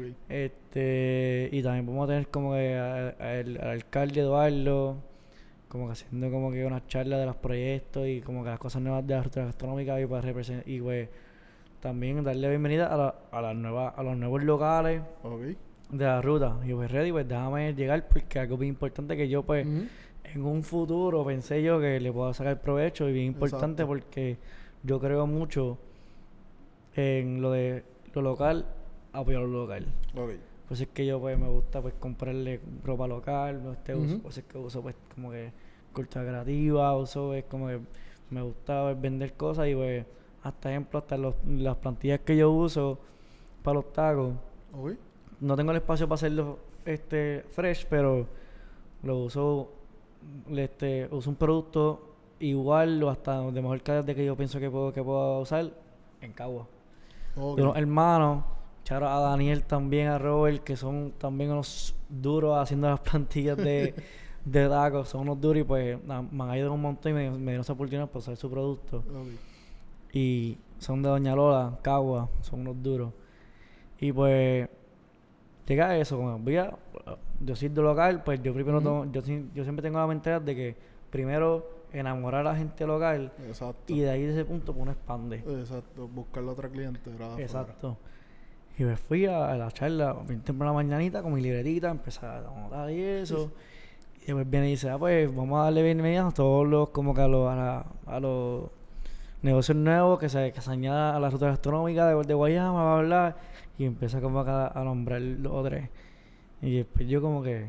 Y también vamos a tener como que al alcalde Eduardo, como que haciendo como que una charla de los proyectos y como que las cosas nuevas de la ruta gastronómica y para representar y pues también darle bienvenida a los nuevos locales de la ruta. Y pues ready, pues déjame llegar porque algo bien importante que yo pues en un futuro pensé yo que le puedo sacar provecho y bien importante porque yo creo mucho en lo de lo local, apoyar lo local. Pues es que yo pues me gusta pues comprarle ropa local, pues es que uso pues como que cultura creativa, uso pues como que me gusta pues, vender cosas y pues hasta las plantillas que yo uso para los tacos. No tengo el espacio para hacerlo fresh, pero lo uso un producto igual o hasta de mejor calidad de que yo pienso que puedo usar en Cagua. De unos hermanos, charo a Daniel también, a Robert, que son también unos duros haciendo las plantillas de tacos, son unos duros y pues me han ayudado un montón y me dieron esa oportunidad para usar su producto. Y son de Doña Lola, Cagua, son unos duros. Y pues llega a eso, como yo soy de local, pues yo primero yo siempre tengo la mentalidad de que primero enamorar a la gente local. Y de ahí de ese punto pues uno expande.
Buscar la otra clientela.
Exacto. Y me fui a la charla bien temprano en la mañanita con mi libretita, empecé a anotar y eso. Y después viene y dice, pues vamos a darle bienvenida a todos los, como que a los negocios nuevos que se añadan a la ruta gastronómica de Guayama, bla, bla. Y empieza como a nombrar los tres. Y después yo como que,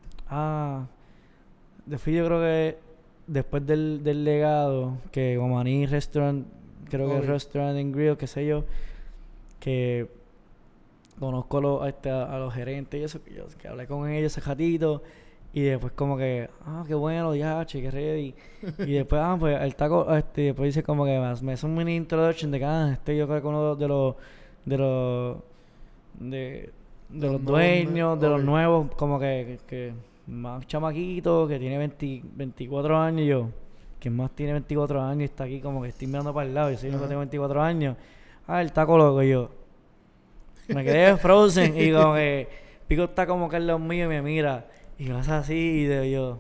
después yo creo que después del legado, que Guamaní Restaurant, creo que es Restaurant and Grill, qué sé yo, que conozco a los gerentes y eso, que hablé con ellos ese ratito. Y después como que, qué bueno, ya, qué ready. Y después, pues el taco, después dice como que me hace un mini introduction de que, yo creo que uno de los, de, de los dueños, de los nuevos, como que más chamaquito, que tiene 24 años. Y yo, ¿quién más tiene 24 años y está aquí como que estoy mirando para el lado? Y soy uno que tengo 24 años. El taco loco. Y yo me quedé frozen y como que Pico está como que en los míos y me mira. Y me hace así y yo...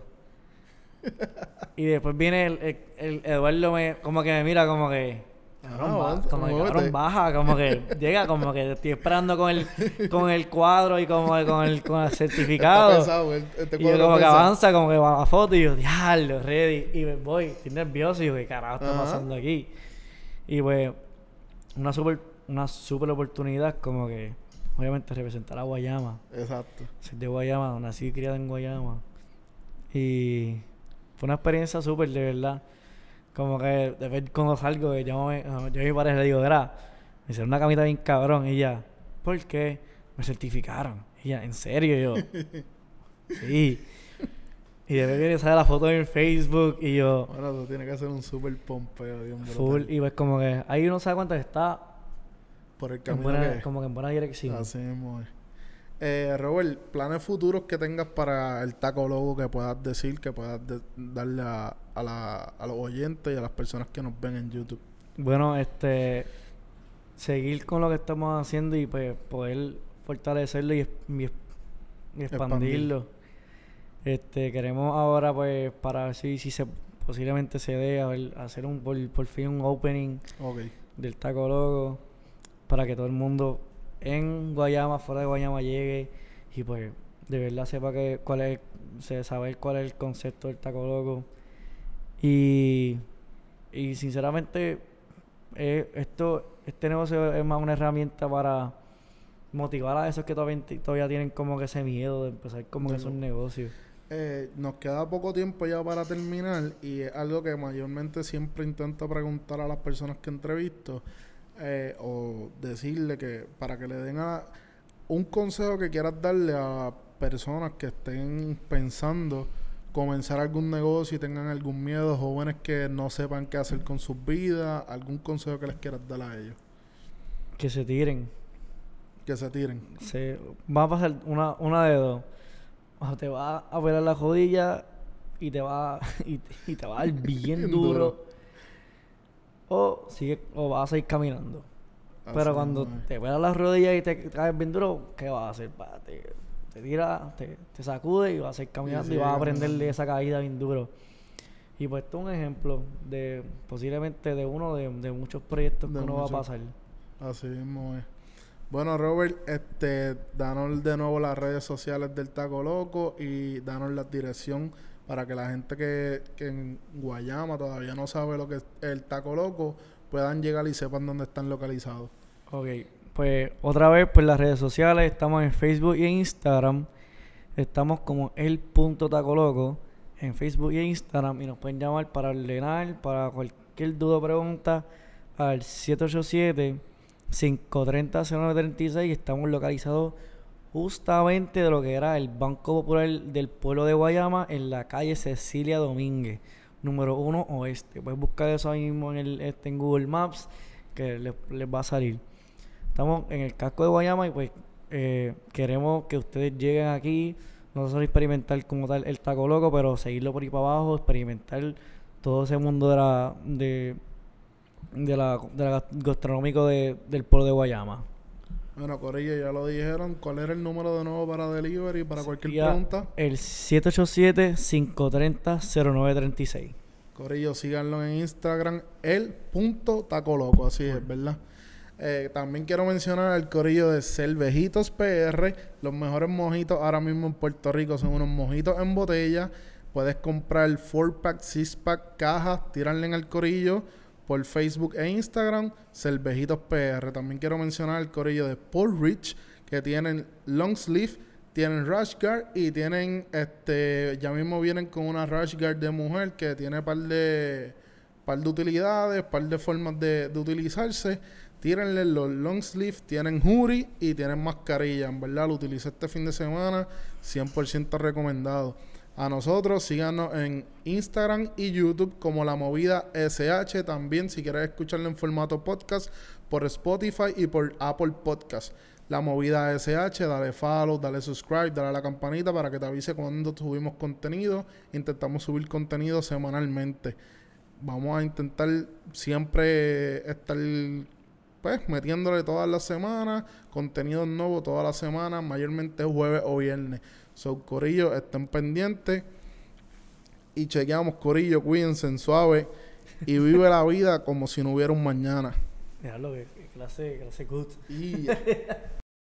Y después viene el Eduardo como que me mira como que... Cabrón, baja, como que llega, como que estoy esperando con el cuadro y como con el certificado.
Está pesado,
y yo como que avanza, como que va a foto y yo, diablo, ready. Y me voy, estoy nervioso y yo, ¿qué carajo está pasando aquí? Y pues, una super oportunidad como que, obviamente, representar a Guayama.
Exacto.
Soy de Guayama, nací y criado en Guayama. Y fue una experiencia súper, de verdad. Como que después cuando salgo, yo a mi pareja le digo, me hicieron una camita bien cabrón. Y ella, ¿por qué? Me certificaron. Y ella, ¿en serio? Y yo, sí. Y después viene sale la foto en Facebook y yo...
Bueno, tú tienes que hacer un súper pompeo, Dios mío.
Full. Y pues como que ahí uno sabe cuánto está...
Por el camino
como que en buena dirección.
Así mismo es. Robert, planes futuros que tengas para el Taco Loco que puedas decir, que puedas darle a los oyentes y a las personas que nos ven en YouTube.
Bueno, seguir con lo que estamos haciendo y pues poder fortalecerlo y expandirlo. Queremos ahora pues para ver si posiblemente se dé hacer por fin un opening del Taco Loco para que todo el mundo en Guayama, fuera de Guayama llegue y pues de verdad sepa saber cuál es el concepto del Taco Loco. Y sinceramente este negocio es más una herramienta para motivar a esos que todavía tienen como que ese miedo de empezar como que esos negocios.
Nos queda poco tiempo ya para terminar y es algo que mayormente siempre intento preguntar a las personas que entrevisto. O decirle que para que le den un consejo que quieras darle a personas que estén pensando comenzar algún negocio y tengan algún miedo, jóvenes que no sepan qué hacer con sus vidas, algún consejo que les quieras dar a ellos.
Que se tiren. Va a pasar una de dos. O te va a pelar la rodilla y te va a dar bien duro. O vas a seguir caminando. Pero cuando te pelas las rodillas y te caes bien duro, ¿qué vas a hacer? Te tiras, te sacudes y vas a seguir caminando y vas a aprender de esa caída bien duro. Y pues esto es un ejemplo de posiblemente de uno de muchos proyectos que uno va a pasar.
Así mismo es. Bueno, Robert, danos de nuevo las redes sociales del Taco Loco y danos la dirección para que la gente que en Guayama todavía no sabe lo que es el Taco Loco puedan llegar y sepan dónde están localizados.
Ok, pues otra vez por las redes sociales, estamos en Facebook y en Instagram. Estamos como el.tacoloco en Facebook y en Instagram y nos pueden llamar para ordenar, para cualquier duda o pregunta al 787-530-0936 y estamos localizados justamente de lo que era el Banco Popular del pueblo de Guayama en la calle Cecilia Domínguez, número 1 Oeste. Puedes buscar eso ahí mismo en Google Maps que les va a salir. Estamos en el casco de Guayama y pues queremos que ustedes lleguen aquí, no solo experimentar como tal el Taco Loco, pero seguirlo por ahí para abajo, experimentar todo ese mundo de la gastronómico del pueblo de Guayama.
Bueno, Corillo, ya lo dijeron. ¿Cuál era el número de nuevo para delivery para cualquier pregunta?
El 787-530-0936.
Corillo, síganlo en Instagram, el.tacoloco, así es, ¿verdad? También quiero mencionar al corillo de Cervejitos PR. Los mejores mojitos ahora mismo en Puerto Rico son unos mojitos en botella. Puedes comprar 4-pack, 6-pack, cajas, tirarle en el corillo por Facebook e Instagram, Cervejitos PR. También quiero mencionar el corillo de Paul Rich, que tienen long sleeve, tienen rash guard y tienen, ya mismo vienen con una rash guard de mujer que tiene par de utilidades, par de formas de utilizarse. Tírenle los long sleeve, tienen hoodie y tienen mascarilla. En verdad, lo utilicé este fin de semana, 100% recomendado. A nosotros, síganos en Instagram y YouTube como La Movida SH. También, si quieres escucharlo en formato podcast, por Spotify y por Apple Podcast. La Movida SH, dale follow, dale subscribe, dale a la campanita para que te avise cuando subimos contenido. Intentamos subir contenido semanalmente. Vamos a intentar siempre estar pues metiéndole todas las semanas, contenido nuevo todas las semanas, mayormente jueves o viernes. So, corillo, estén pendientes y chequeamos, corillo, cuídense en suave y vive la vida como si no hubiera un mañana.
Mira lo que clase good.
Y